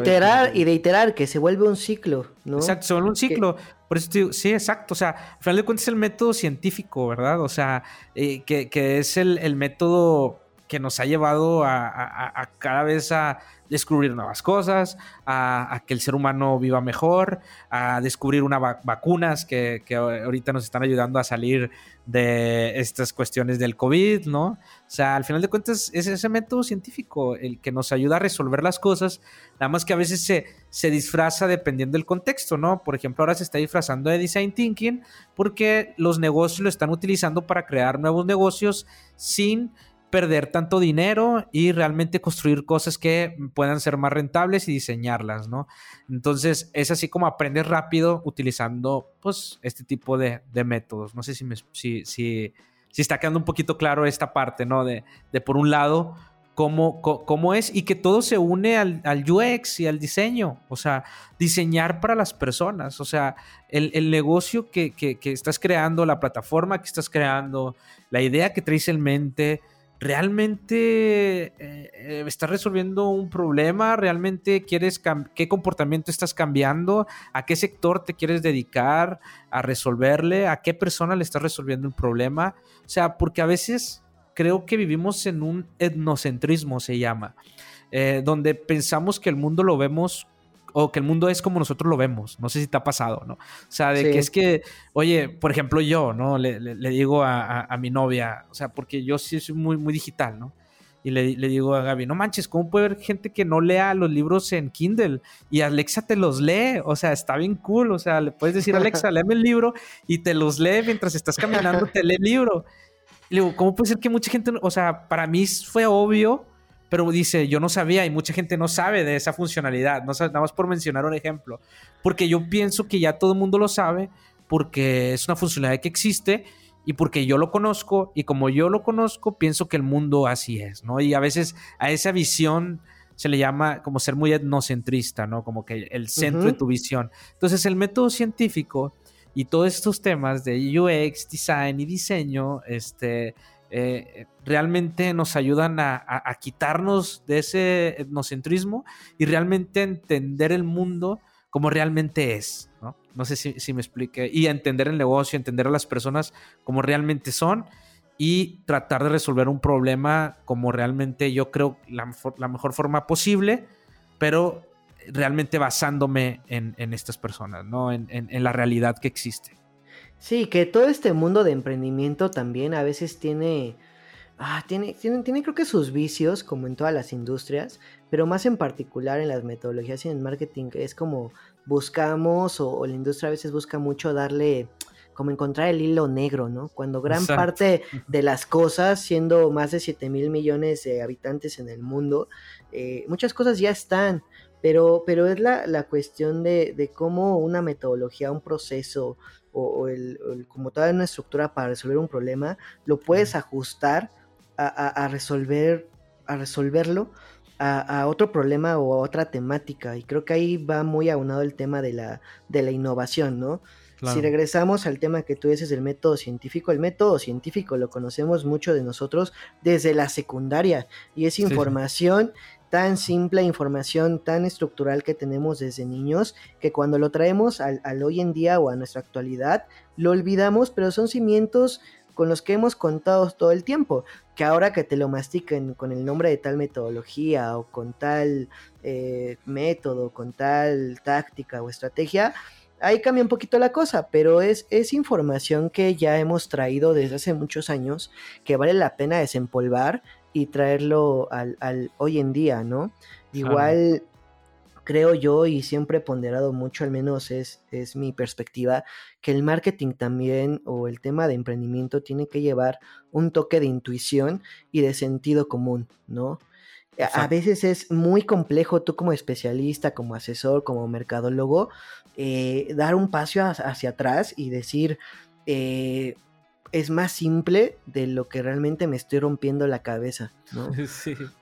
Y de iterar, que se vuelve un ciclo, ¿no? Exacto, se vuelve un Que, ciclo. Por eso sí, exacto. O sea, al final de cuentas es el método científico, ¿verdad? O sea, que es el método que nos ha llevado a cada vez a descubrir nuevas cosas, a que el ser humano viva mejor, a descubrir vacunas que ahorita nos están ayudando a salir de estas cuestiones del COVID, ¿no? O sea, al final de cuentas es ese método científico el que nos ayuda a resolver las cosas, nada más que a veces se disfraza dependiendo del contexto, ¿no? Por ejemplo, ahora se está disfrazando de design thinking porque los negocios lo están utilizando para crear nuevos negocios sin perder tanto dinero y realmente construir cosas que puedan ser más rentables y diseñarlas, ¿no? Entonces, es así como aprendes rápido utilizando, pues, este tipo de métodos. No sé si está quedando un poquito claro esta parte, ¿no? De por un lado, cómo es y que todo se une al UX y al diseño. O sea, diseñar para las personas. O sea, el negocio que estás creando, la plataforma que estás creando, la idea que traes en mente, ¿realmente estás resolviendo un problema? ¿Realmente qué comportamiento estás cambiando? ¿A qué sector te quieres dedicar a resolverle? ¿A qué persona le estás resolviendo el problema? O sea, porque a veces creo que vivimos en un etnocentrismo, se llama, donde pensamos que el mundo lo vemos o que el mundo es como nosotros lo vemos. No sé si te ha pasado, ¿no? O sea, de sí. que es que, oye, por ejemplo, yo, ¿no? Le digo a mi novia, o sea, porque yo sí soy muy, muy digital, ¿no? Y le digo a Gaby, no manches, ¿cómo puede haber gente que no lea los libros en Kindle? Y Alexa te los lee, o sea, está bien cool, o sea, le puedes decir, Alexa, léeme el libro y te los lee mientras estás caminando, te lee el libro. Y le digo, ¿cómo puede ser que mucha gente, o sea, para mí fue obvio, pero dice, yo no sabía y mucha gente no sabe de esa funcionalidad, no sabe, nada más por mencionar un ejemplo, porque yo pienso que ya todo el mundo lo sabe, porque es una funcionalidad que existe y porque yo lo conozco y como yo lo conozco, pienso que el mundo así es, ¿no? Y a veces a esa visión se le llama como ser muy etnocentrista, ¿no? Como que el centro de tu visión. Entonces el método científico y todos estos temas de UX, design y diseño, realmente nos ayudan a quitarnos de ese etnocentrismo y realmente entender el mundo como realmente es, ¿no? No sé si me expliqué. Y entender el negocio, entender a las personas como realmente son y tratar de resolver un problema como realmente yo creo la mejor forma posible, pero realmente basándome en estas personas, ¿no? En la realidad que existe. Sí, que todo este mundo de emprendimiento también a veces tiene tiene creo que sus vicios, como en todas las industrias, pero más en particular en las metodologías y en el marketing, es como buscamos, o la industria a veces busca mucho darle, como encontrar el hilo negro, ¿no? Cuando gran Exacto. parte de las cosas, siendo más de 7.000 millones de habitantes en el mundo, muchas cosas ya están, pero es la cuestión de cómo una metodología, un proceso, como toda una estructura para resolver un problema, lo puedes ajustar a resolverlo a otro problema o a otra temática. Y creo que ahí va muy aunado el tema de la innovación, ¿no? Si Claro. regresamos al tema que tú dices del método científico, el método científico lo conocemos mucho de nosotros desde la secundaria y es Sí, sí. información tan simple, información tan estructural que tenemos desde niños, que cuando lo traemos al hoy en día o a nuestra actualidad, lo olvidamos, pero son cimientos con los que hemos contado todo el tiempo, que ahora que te lo mastiquen con el nombre de tal metodología o con tal método, con tal táctica o estrategia, ahí cambia un poquito la cosa, pero es información que ya hemos traído desde hace muchos años, que vale la pena desempolvar y traerlo al hoy en día, ¿no? Claro. Igual creo yo, y siempre he ponderado mucho, al menos es mi perspectiva, que el marketing también o el tema de emprendimiento tiene que llevar un toque de intuición y de sentido común, ¿no? A Exacto. veces es muy complejo tú como especialista, como asesor, como mercadólogo, dar un paso hacia atrás y decir, eh, es más simple de lo que realmente me estoy rompiendo la cabeza, ¿no? Sí.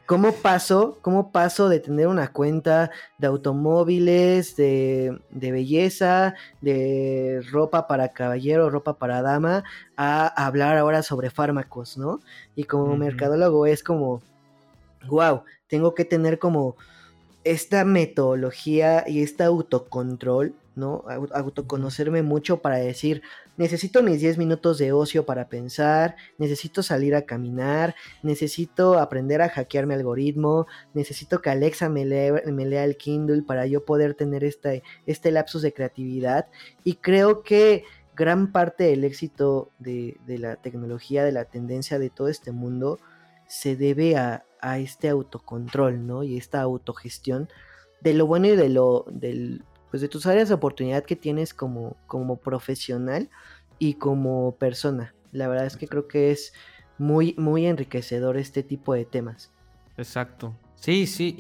¿Cómo paso de tener una cuenta de automóviles, de belleza, de ropa para caballero, ropa para dama, a hablar ahora sobre fármacos, ¿no? Y como Ujú. mercadólogo es como, wow, tengo que tener como esta metodología y este autocontrol, ¿no? Ujú. Autoconocerme mucho para decir, necesito mis 10 minutos de ocio para pensar, necesito salir a caminar, necesito aprender a hackear mi algoritmo, necesito que Alexa me lea el Kindle para yo poder tener este lapsus de creatividad. Y creo que gran parte del éxito de la tecnología, de la tendencia de todo este mundo, se debe a este autocontrol, ¿no? Y esta autogestión de lo bueno y pues de tus áreas de oportunidad que tienes como profesional y como persona. La verdad es que creo que es muy, muy enriquecedor este tipo de temas. Exacto. Sí, sí.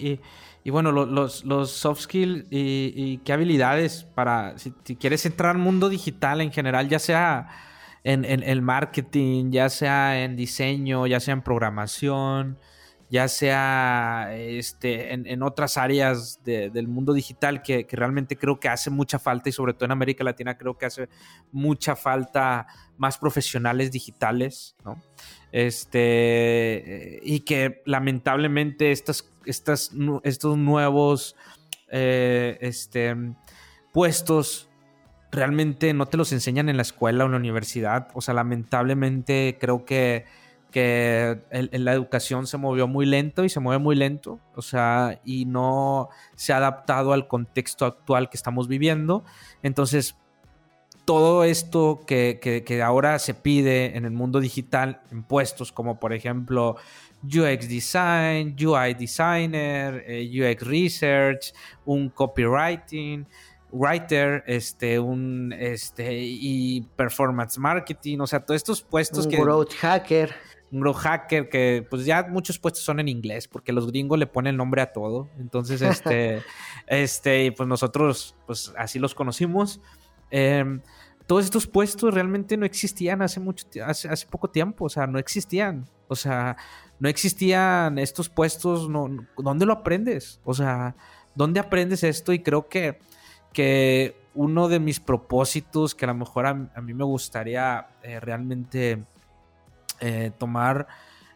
Y bueno, los soft skills y qué habilidades para, si quieres entrar al mundo digital en general, ya sea en el marketing, ya sea en diseño, ya sea en programación, ya sea en otras áreas del mundo digital que realmente creo que hace mucha falta y sobre todo en América Latina creo que hace mucha falta más profesionales digitales, ¿no? Y que lamentablemente estos nuevos puestos realmente no te los enseñan en la escuela o en la universidad. O sea, lamentablemente creo que la educación se movió muy lento y se mueve muy lento, o sea, y no se ha adaptado al contexto actual que estamos viviendo. Entonces, todo esto que ahora se pide en el mundo digital en puestos como por ejemplo UX Design, UI Designer, UX Research, un copywriting, writer, y performance marketing, o sea, todos estos puestos un growth hacker. Un growth hacker que pues ya muchos puestos son en inglés porque los gringos le ponen nombre a todo. Entonces, y pues nosotros pues así los conocimos. Todos estos puestos realmente no existían hace poco tiempo, o sea, no existían. O sea, no existían estos puestos, no, ¿dónde lo aprendes? O sea, ¿dónde aprendes esto? Y creo que uno de mis propósitos que a lo mejor a mí me gustaría realmente tomar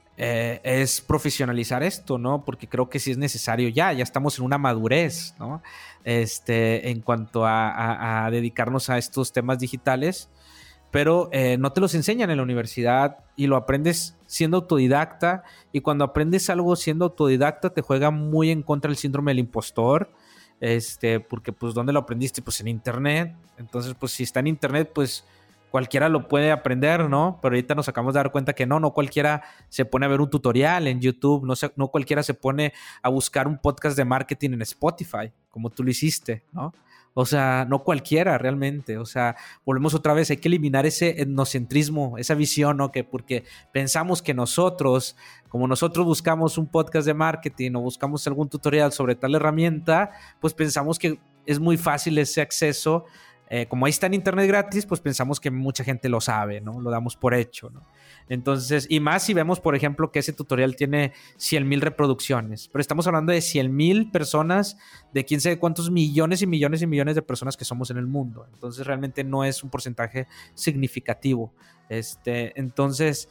es profesionalizar esto, ¿no? Porque creo que sí es necesario ya estamos en una madurez, ¿no? En cuanto a dedicarnos a estos temas digitales, pero no te los enseñan en la universidad y lo aprendes siendo autodidacta, y cuando aprendes algo siendo autodidacta te juega muy en contra el síndrome del impostor, porque pues ¿dónde lo aprendiste? Pues en internet. Entonces pues si está en internet pues cualquiera lo puede aprender, ¿no? Pero ahorita nos acabamos de dar cuenta que no cualquiera se pone a ver un tutorial en YouTube, no cualquiera se pone a buscar un podcast de marketing en Spotify, como tú lo hiciste, ¿no? O sea, no cualquiera realmente. O sea, volvemos otra vez, hay que eliminar ese etnocentrismo, esa visión, ¿no? Que porque pensamos que como nosotros buscamos un podcast de marketing o buscamos algún tutorial sobre tal herramienta, pues pensamos que es muy fácil ese acceso. Como ahí está en internet gratis, pues pensamos que mucha gente lo sabe, ¿no? Lo damos por hecho, ¿no? Entonces, y más si vemos, por ejemplo, que ese tutorial tiene 100,000 reproducciones, pero estamos hablando de 100,000 personas, de quién sabe cuántos millones y millones y millones de personas que somos en el mundo. Entonces, realmente no es un porcentaje significativo. Entonces,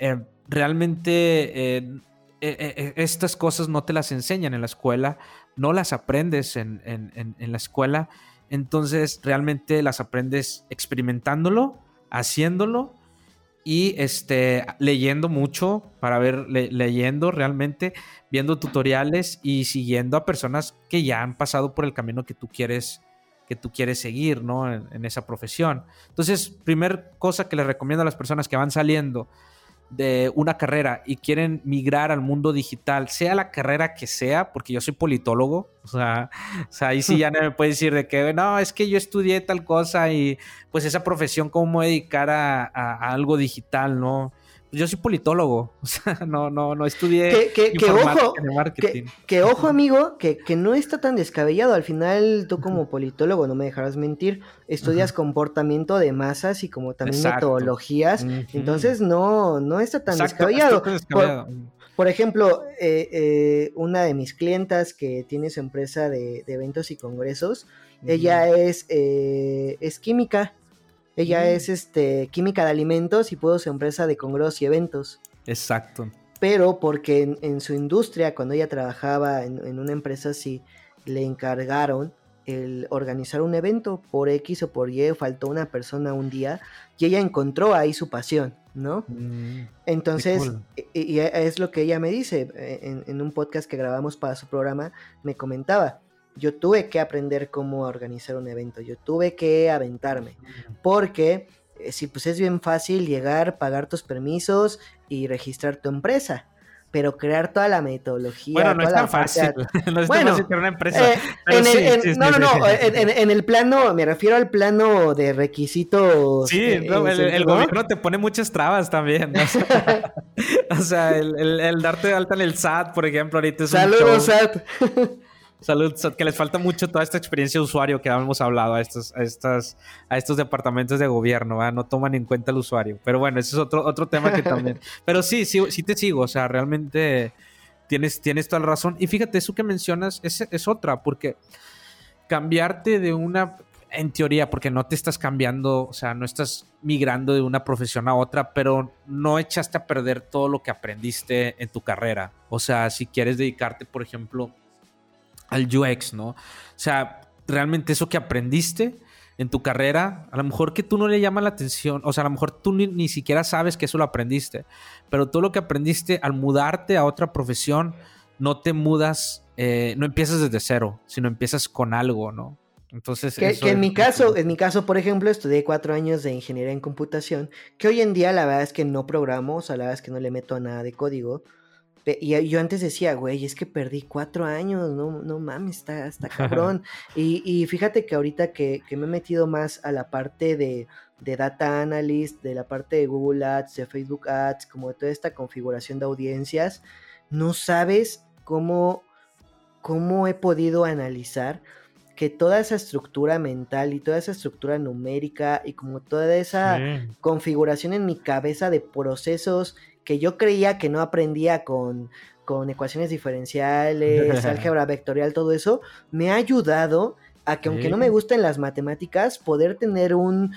realmente estas cosas no te las enseñan en la escuela, no las aprendes en la escuela. Entonces realmente las aprendes experimentándolo, haciéndolo y leyendo mucho para ver, leyendo realmente, viendo tutoriales y siguiendo a personas que ya han pasado por el camino que tú quieres seguir, ¿no? En esa profesión. Entonces, primer cosa que les recomiendo a las personas que van saliendo de una carrera y quieren migrar al mundo digital, sea la carrera que sea, porque yo soy politólogo, o sea ahí sí ya no me puedes decir de que no, es que yo estudié tal cosa y pues esa profesión, ¿cómo me voy a dedicar a algo digital, no? Pues yo soy politólogo, o sea, no estudié informática ni marketing. Que ojo, amigo, que no está tan descabellado. Al final, tú como politólogo, no me dejarás mentir, estudias comportamiento de masas y como también metodologías. Entonces, no está tan descabellado. Por ejemplo, una de mis clientas que tiene su empresa de eventos y congresos, ella es química. Ella es química de alimentos y puso su empresa de congresos y eventos. Exacto. Pero porque en su industria, cuando ella trabajaba en una empresa así, le encargaron el organizar un evento por X o por Y, faltó una persona un día y ella encontró ahí su pasión, ¿no? Entonces, cool. y es lo que ella me dice en un podcast que grabamos para su programa, me comentaba. Yo tuve que aprender cómo organizar un evento, yo tuve que aventarme, porque sí, pues es bien fácil llegar, pagar tus permisos y registrar tu empresa, pero crear toda la metodología... Bueno, no es tan fácil, no es tan fácil crear una empresa. En el plano, me refiero al plano de requisitos. Sí, el gobierno te pone muchas trabas también, ¿no? O sea, el darte de alta en el SAT, por ejemplo, ahorita es Saludos, SAT. Salud, que les falta mucho toda esta experiencia de usuario que hemos hablado a estos departamentos de gobierno, ¿verdad? No toman en cuenta el usuario. Pero bueno, ese es otro tema que también... Pero sí te sigo, o sea, realmente tienes toda la razón. Y fíjate, eso que mencionas es otra, porque cambiarte de una... En teoría, porque no te estás cambiando, o sea, no estás migrando de una profesión a otra, pero no echaste a perder todo lo que aprendiste en tu carrera. O sea, si quieres dedicarte, por ejemplo... al UX, ¿no? O sea, realmente eso que aprendiste en tu carrera, a lo mejor que tú no le llama la atención, o sea, a lo mejor tú ni siquiera sabes que eso lo aprendiste, pero todo lo que aprendiste al mudarte a otra profesión, no te mudas, no empiezas desde cero, sino empiezas con algo, ¿no? Entonces, que en mi caso, por ejemplo, estudié 4 años de ingeniería en computación, que hoy en día la verdad es que no programo, o sea, la verdad es que no le meto a nada de código, Y yo antes decía, güey, es que perdí 4 años, no mames, está cabrón. Y fíjate que ahorita que me he metido más a la parte de Data Analyst, de la parte de Google Ads, de Facebook Ads, como de toda esta configuración de audiencias, no sabes cómo he podido analizar que toda esa estructura mental y toda esa estructura numérica y como toda esa configuración en mi cabeza de procesos que yo creía que no aprendía con ecuaciones diferenciales, álgebra vectorial, todo eso, me ha ayudado a que aunque no me gusten las matemáticas, poder tener un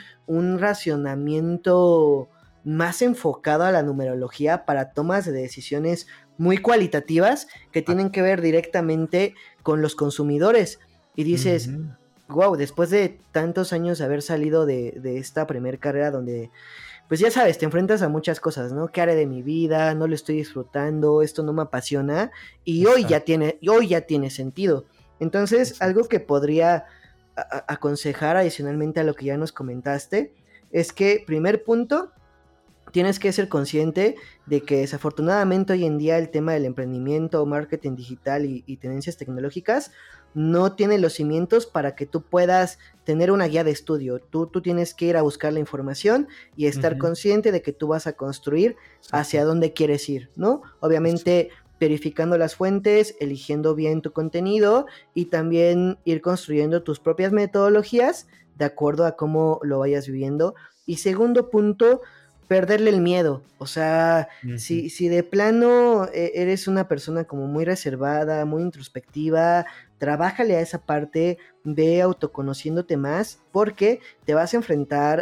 racionamiento más enfocado a la numerología para tomas de decisiones muy cualitativas que tienen que ver directamente con los consumidores. Y dices, wow, después de tantos años de haber salido de esta primer carrera donde, pues ya sabes, te enfrentas a muchas cosas, ¿no? ¿Qué haré de mi vida? No lo estoy disfrutando, esto no me apasiona. Y hoy ya tiene sentido. Entonces, algo que podría aconsejar adicionalmente a lo que ya nos comentaste, es que, primer punto, tienes que ser consciente de que desafortunadamente hoy en día el tema del emprendimiento, marketing digital y tendencias tecnológicas no tiene los cimientos para que tú puedas tener una guía de estudio. Tú tienes que ir a buscar la información y estar consciente de que tú vas a construir hacia dónde quieres ir, ¿no? Obviamente verificando las fuentes, eligiendo bien tu contenido y también ir construyendo tus propias metodologías de acuerdo a cómo lo vayas viviendo. Y segundo punto, perderle el miedo. O sea, si de plano eres una persona como muy reservada, muy introspectiva, trabájale a esa parte, ve autoconociéndote más, porque te vas a enfrentar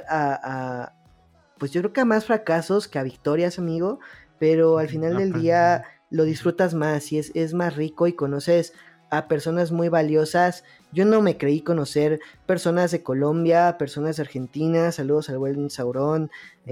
pues yo creo que a más fracasos que a victorias, amigo, pero al final del día lo disfrutas más y es más rico y conoces a personas muy valiosas. Yo no me creí conocer personas de Colombia, personas de Argentina, saludos al buen Saurón,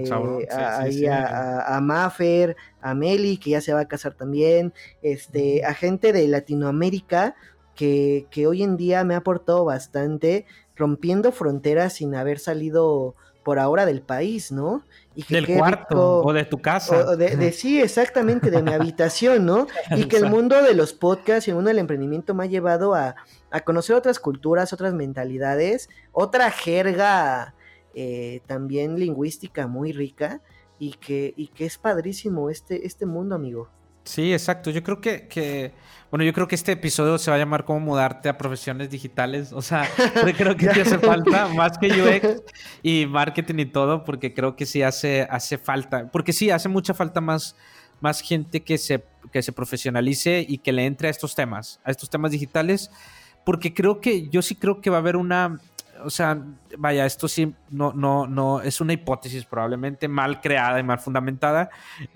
a Mafer, a Meli, que ya se va a casar también, a gente de Latinoamérica que hoy en día me ha aportado bastante, rompiendo fronteras sin haber salido por ahora del país, ¿no? Y que del cuarto rico, o de tu casa. Sí, exactamente, de mi habitación, ¿no? Y que el mundo de los podcasts y el mundo del emprendimiento me ha llevado a conocer otras culturas, otras mentalidades, otra jerga también lingüística muy rica y que es padrísimo este mundo, amigo. Sí, exacto. Yo creo que este episodio se va a llamar cómo mudarte a profesiones digitales. O sea, creo que te hace falta más que UX y marketing y todo, porque creo que sí hace falta. Porque sí, hace mucha falta más gente que se profesionalice y que le entre a estos temas digitales, porque yo sí creo que va a haber una... O sea, vaya, esto sí no es una hipótesis probablemente mal creada y mal fundamentada,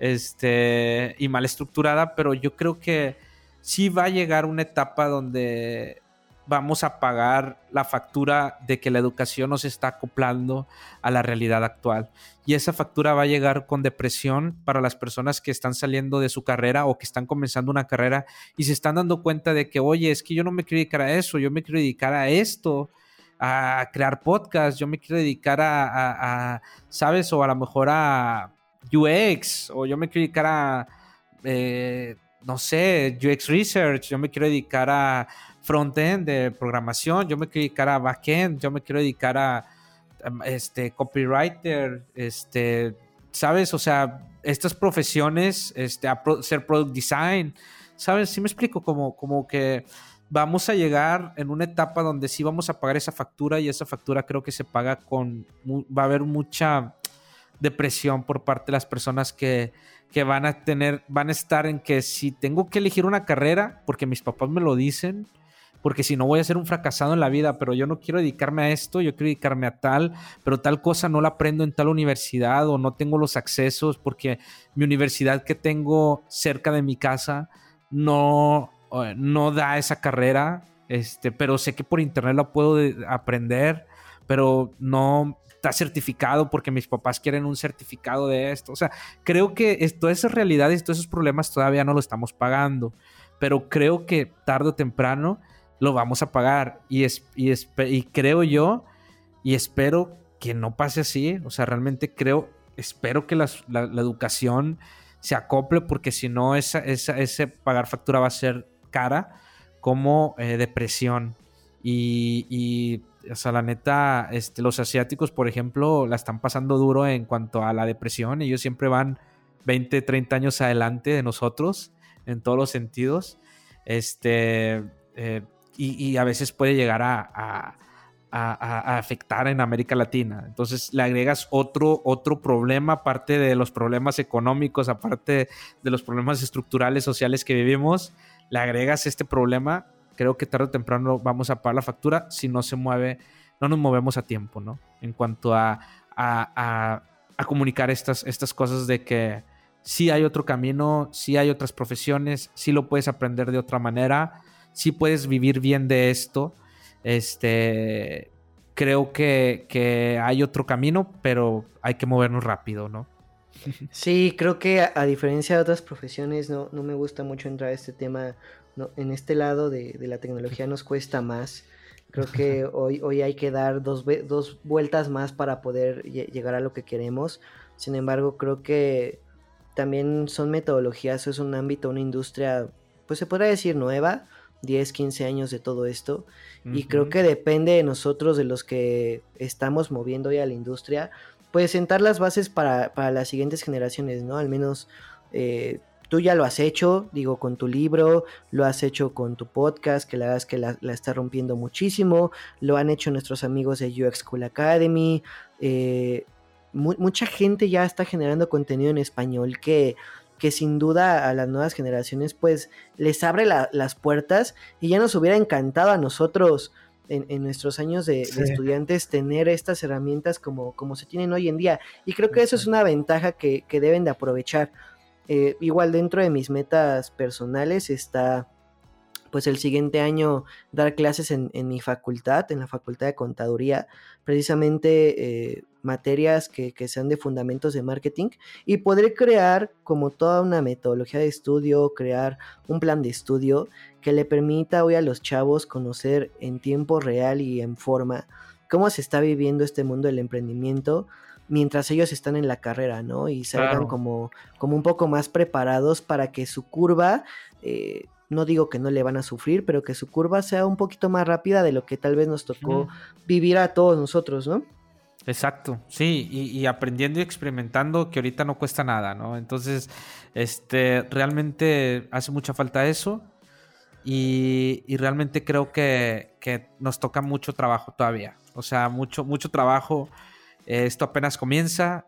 y mal estructurada, pero yo creo que sí va a llegar una etapa donde vamos a pagar la factura de que la educación nos está acoplando a la realidad actual. Y esa factura va a llegar con depresión para las personas que están saliendo de su carrera o que están comenzando una carrera y se están dando cuenta de que, oye, es que yo no me quiero dedicar a eso, yo me quiero dedicar a esto, a crear podcast, yo me quiero dedicar a ¿sabes? O a lo mejor a UX, o yo me quiero dedicar a, no sé, UX Research, yo me quiero dedicar a frontend de programación, yo me quiero dedicar a backend, yo me quiero dedicar a copywriter, ¿sabes? O sea, estas profesiones, ser product design, ¿sabes? Sí me explico, como que vamos a llegar en una etapa donde sí vamos a pagar esa factura y esa factura creo que se paga va a haber mucha depresión por parte de las personas que van a estar en que si tengo que elegir una carrera, porque mis papás me lo dicen, porque si no voy a ser un fracasado en la vida, pero yo no quiero dedicarme a esto, yo quiero dedicarme a tal, pero tal cosa no la aprendo en tal universidad o no tengo los accesos porque mi universidad que tengo cerca de mi casa no da esa carrera, pero sé que por internet la puedo aprender, pero no está certificado porque mis papás quieren un certificado de esto. O sea, creo que todas esas realidades, todos esos problemas todavía no lo estamos pagando, pero creo que tarde o temprano lo vamos a pagar y creo yo y espero que no pase así. O sea, realmente espero que la educación se acople, porque si no, ese pagar factura va a ser cara, como depresión. Y o sea, la neta, los asiáticos, por ejemplo, la están pasando duro en cuanto a la depresión. Ellos siempre van 20, 30 años adelante de nosotros en todos los sentidos. Y a veces puede llegar a afectar en América Latina. Entonces le agregas otro problema, aparte de los problemas económicos, aparte de los problemas estructurales, sociales que vivimos, le agregas este problema. Creo que tarde o temprano vamos a pagar la factura si no nos movemos a tiempo, ¿no? En cuanto a comunicar estas cosas de que sí hay otro camino, sí hay otras profesiones, sí lo puedes aprender de otra manera, sí puedes vivir bien de esto. Creo que hay otro camino, pero hay que movernos rápido, ¿no? Sí, creo que a diferencia de otras profesiones, no me gusta mucho entrar a este tema. No, en este lado de la tecnología nos cuesta más. Creo que hoy hay que dar dos vueltas más para poder llegar a lo que queremos. Sin embargo, creo que también son metodologías, es un ámbito, una industria, pues se podría decir nueva, 10, 15 años de todo esto. Y creo que depende de nosotros, de los que estamos moviendo hoy a la industria, pues sentar las bases para las siguientes generaciones, ¿no? Al menos tú ya lo has hecho, digo, con tu libro, lo has hecho con tu podcast, que la verdad es que la está rompiendo muchísimo, lo han hecho nuestros amigos de UX School Academy, mucha gente ya está generando contenido en español que sin duda a las nuevas generaciones pues les abre las puertas, y ya nos hubiera encantado a nosotros en nuestros años de estudiantes tener estas herramientas como se tienen hoy en día, y creo que eso es una ventaja que deben de aprovechar. Igual dentro de mis metas personales está pues el siguiente año dar clases en mi facultad, en la Facultad de Contaduría, precisamente materias que sean de fundamentos de marketing, y poder crear como toda una metodología de estudio, crear un plan de estudio que le permita hoy a los chavos conocer en tiempo real y en forma cómo se está viviendo este mundo del emprendimiento mientras ellos están en la carrera, ¿no? Y salgan como un poco más preparados para que su curva, no digo que no le van a sufrir, pero que su curva sea un poquito más rápida de lo que tal vez nos tocó vivir a todos nosotros, ¿no? Exacto, sí, y aprendiendo y experimentando, que ahorita no cuesta nada, ¿no? Entonces, realmente hace mucha falta eso, y realmente creo que nos toca mucho trabajo todavía, o sea, mucho trabajo. Esto apenas comienza.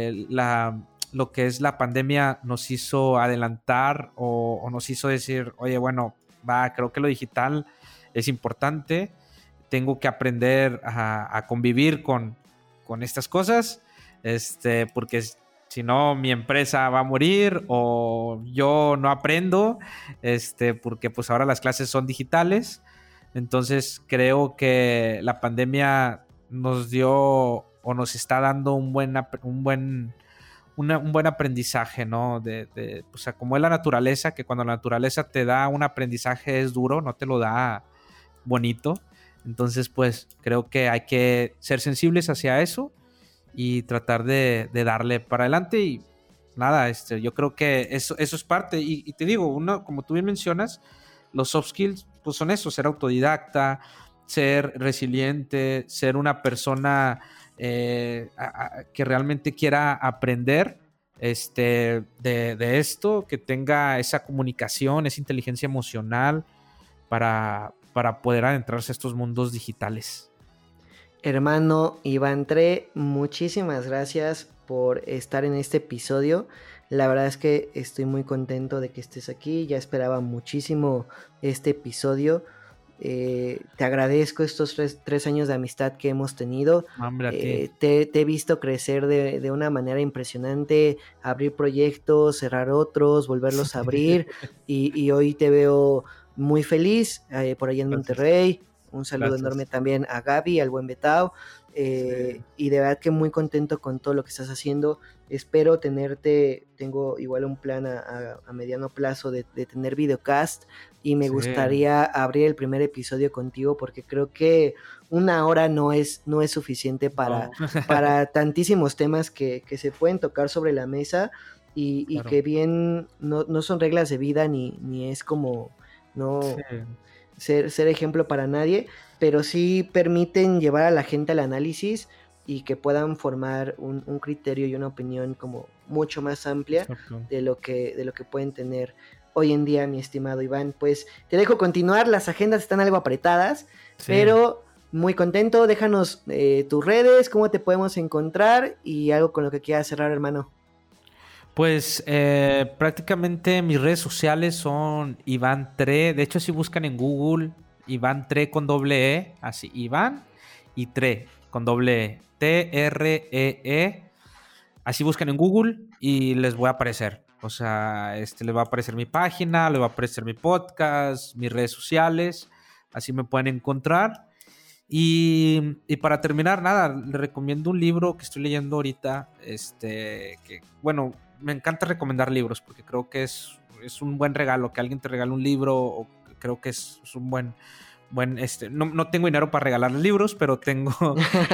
Lo que es la pandemia nos hizo adelantar o nos hizo decir, oye, bueno, creo que lo digital es importante, tengo que aprender a convivir con estas cosas, porque si no mi empresa va a morir o yo no aprendo, porque pues ahora las clases son digitales. Entonces creo que la pandemia nos dio o nos está dando un buen aprendizaje, ¿no? O sea, como es la naturaleza, que cuando la naturaleza te da un aprendizaje es duro, no te lo da bonito. Entonces, pues, creo que hay que ser sensibles hacia eso y tratar de darle para adelante. Y nada, yo creo que eso es parte. Y te digo, como tú bien mencionas, los soft skills, pues son eso: ser autodidacta, ser resiliente, ser una persona que realmente quiera aprender de esto, que tenga esa comunicación, esa inteligencia emocional para poder adentrarse a estos mundos digitales. Hermano Iván Tre, muchísimas gracias por estar en este episodio. La verdad es que estoy muy contento de que estés aquí. Ya esperaba muchísimo este episodio. Te agradezco estos 3 años de amistad que hemos tenido. Te he visto crecer de una manera impresionante, abrir proyectos, cerrar otros, volverlos a abrir, y hoy te veo muy feliz por allá en Monterrey. Un saludo enorme también a Gaby, al buen Betao. Y de verdad que muy contento con todo lo que estás haciendo. Espero tengo igual un plan a mediano plazo de tener videocast, y me gustaría abrir el primer episodio contigo, porque creo que 1 hora no es suficiente para tantísimos temas que se pueden tocar sobre la mesa. y Claro. que bien no son reglas de vida ni es como no ser ejemplo para nadie, pero sí permiten llevar a la gente al análisis y que puedan formar un criterio y una opinión como mucho más amplia Exacto. de lo que pueden tener hoy en día, mi estimado Iván. Pues te dejo continuar, las agendas están algo apretadas, Sí. pero muy contento. Déjanos tus redes, cómo te podemos encontrar y algo con lo que quieras cerrar, hermano. Pues prácticamente mis redes sociales son Iván Tre. De hecho, si buscan en Google Iván Tre con doble E, así Iván y Tre con doble E, Tree. Así buscan en Google y les voy a aparecer. O sea, les va a aparecer mi página, les va a aparecer mi podcast, mis redes sociales. Así me pueden encontrar. Y para terminar, nada, le recomiendo un libro que estoy leyendo ahorita. Que, bueno, me encanta recomendar libros porque creo que es un buen regalo. Que alguien te regale un libro, o creo que es un buen. No tengo dinero para regalarle libros, pero tengo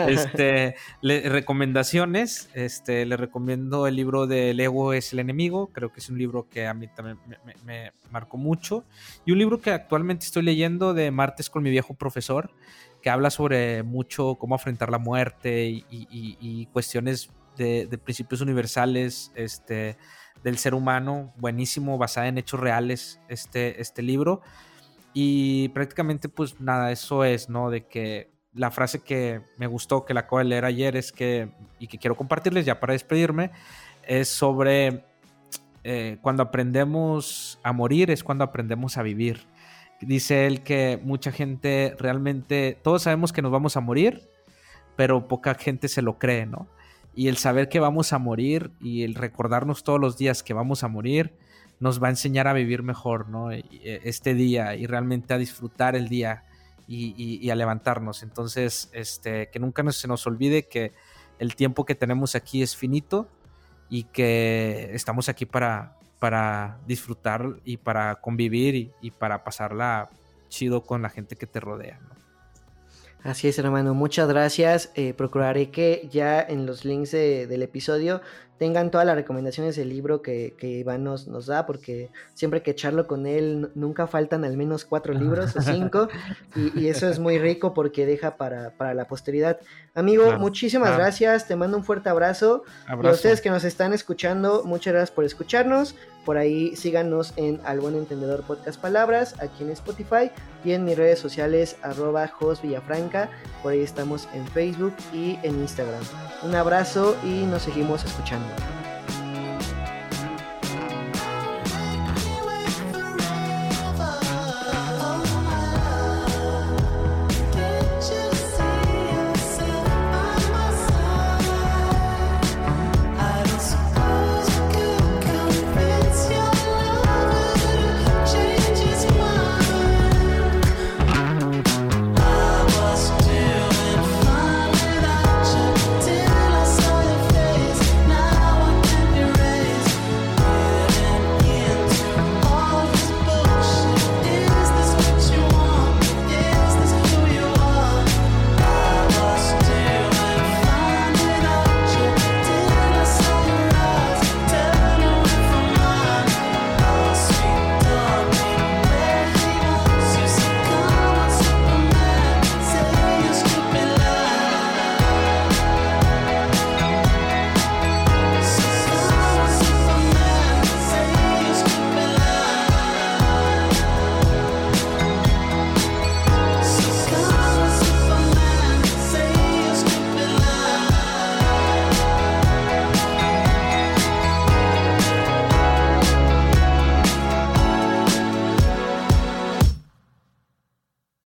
recomendaciones. Le recomiendo el libro de El ego es el enemigo. Creo que es un libro que a mí también me marcó mucho. Y un libro que actualmente estoy leyendo de Martes con mi viejo profesor, que habla sobre mucho cómo afrontar la muerte y cuestiones de principios universales del ser humano. Buenísimo, basada en hechos reales este libro. Y prácticamente pues nada, eso es, ¿no? De que la frase que me gustó, que la acabo de leer ayer, es que, y que quiero compartirles ya para despedirme, es sobre cuando aprendemos a morir es cuando aprendemos a vivir. Dice él que mucha gente realmente, todos sabemos que nos vamos a morir, pero poca gente se lo cree, ¿no? Y el saber que vamos a morir y el recordarnos todos los días que vamos a morir nos va a enseñar a vivir mejor, ¿no? Este día, y realmente a disfrutar el día y a levantarnos. Entonces, que nunca se nos olvide que el tiempo que tenemos aquí es finito y que estamos aquí para disfrutar y para convivir y para pasarla chido con la gente que te rodea, ¿no? Así es, hermano, muchas gracias. Procuraré que ya en los links del episodio tengan todas las recomendaciones del libro que Iván nos da, porque siempre que charlo con él nunca faltan al menos 4 libros o 5, y eso es muy rico porque deja para la posteridad. Amigo, Claro, muchísimas claro. gracias, te mando un fuerte abrazo. Y a ustedes que nos están escuchando, muchas gracias por escucharnos. Por ahí síganos en Al Buen Entendedor Podcast Palabras, aquí en Spotify, y en mis redes sociales @josvillafranca. Por ahí estamos en Facebook y en Instagram. Un abrazo y nos seguimos escuchando.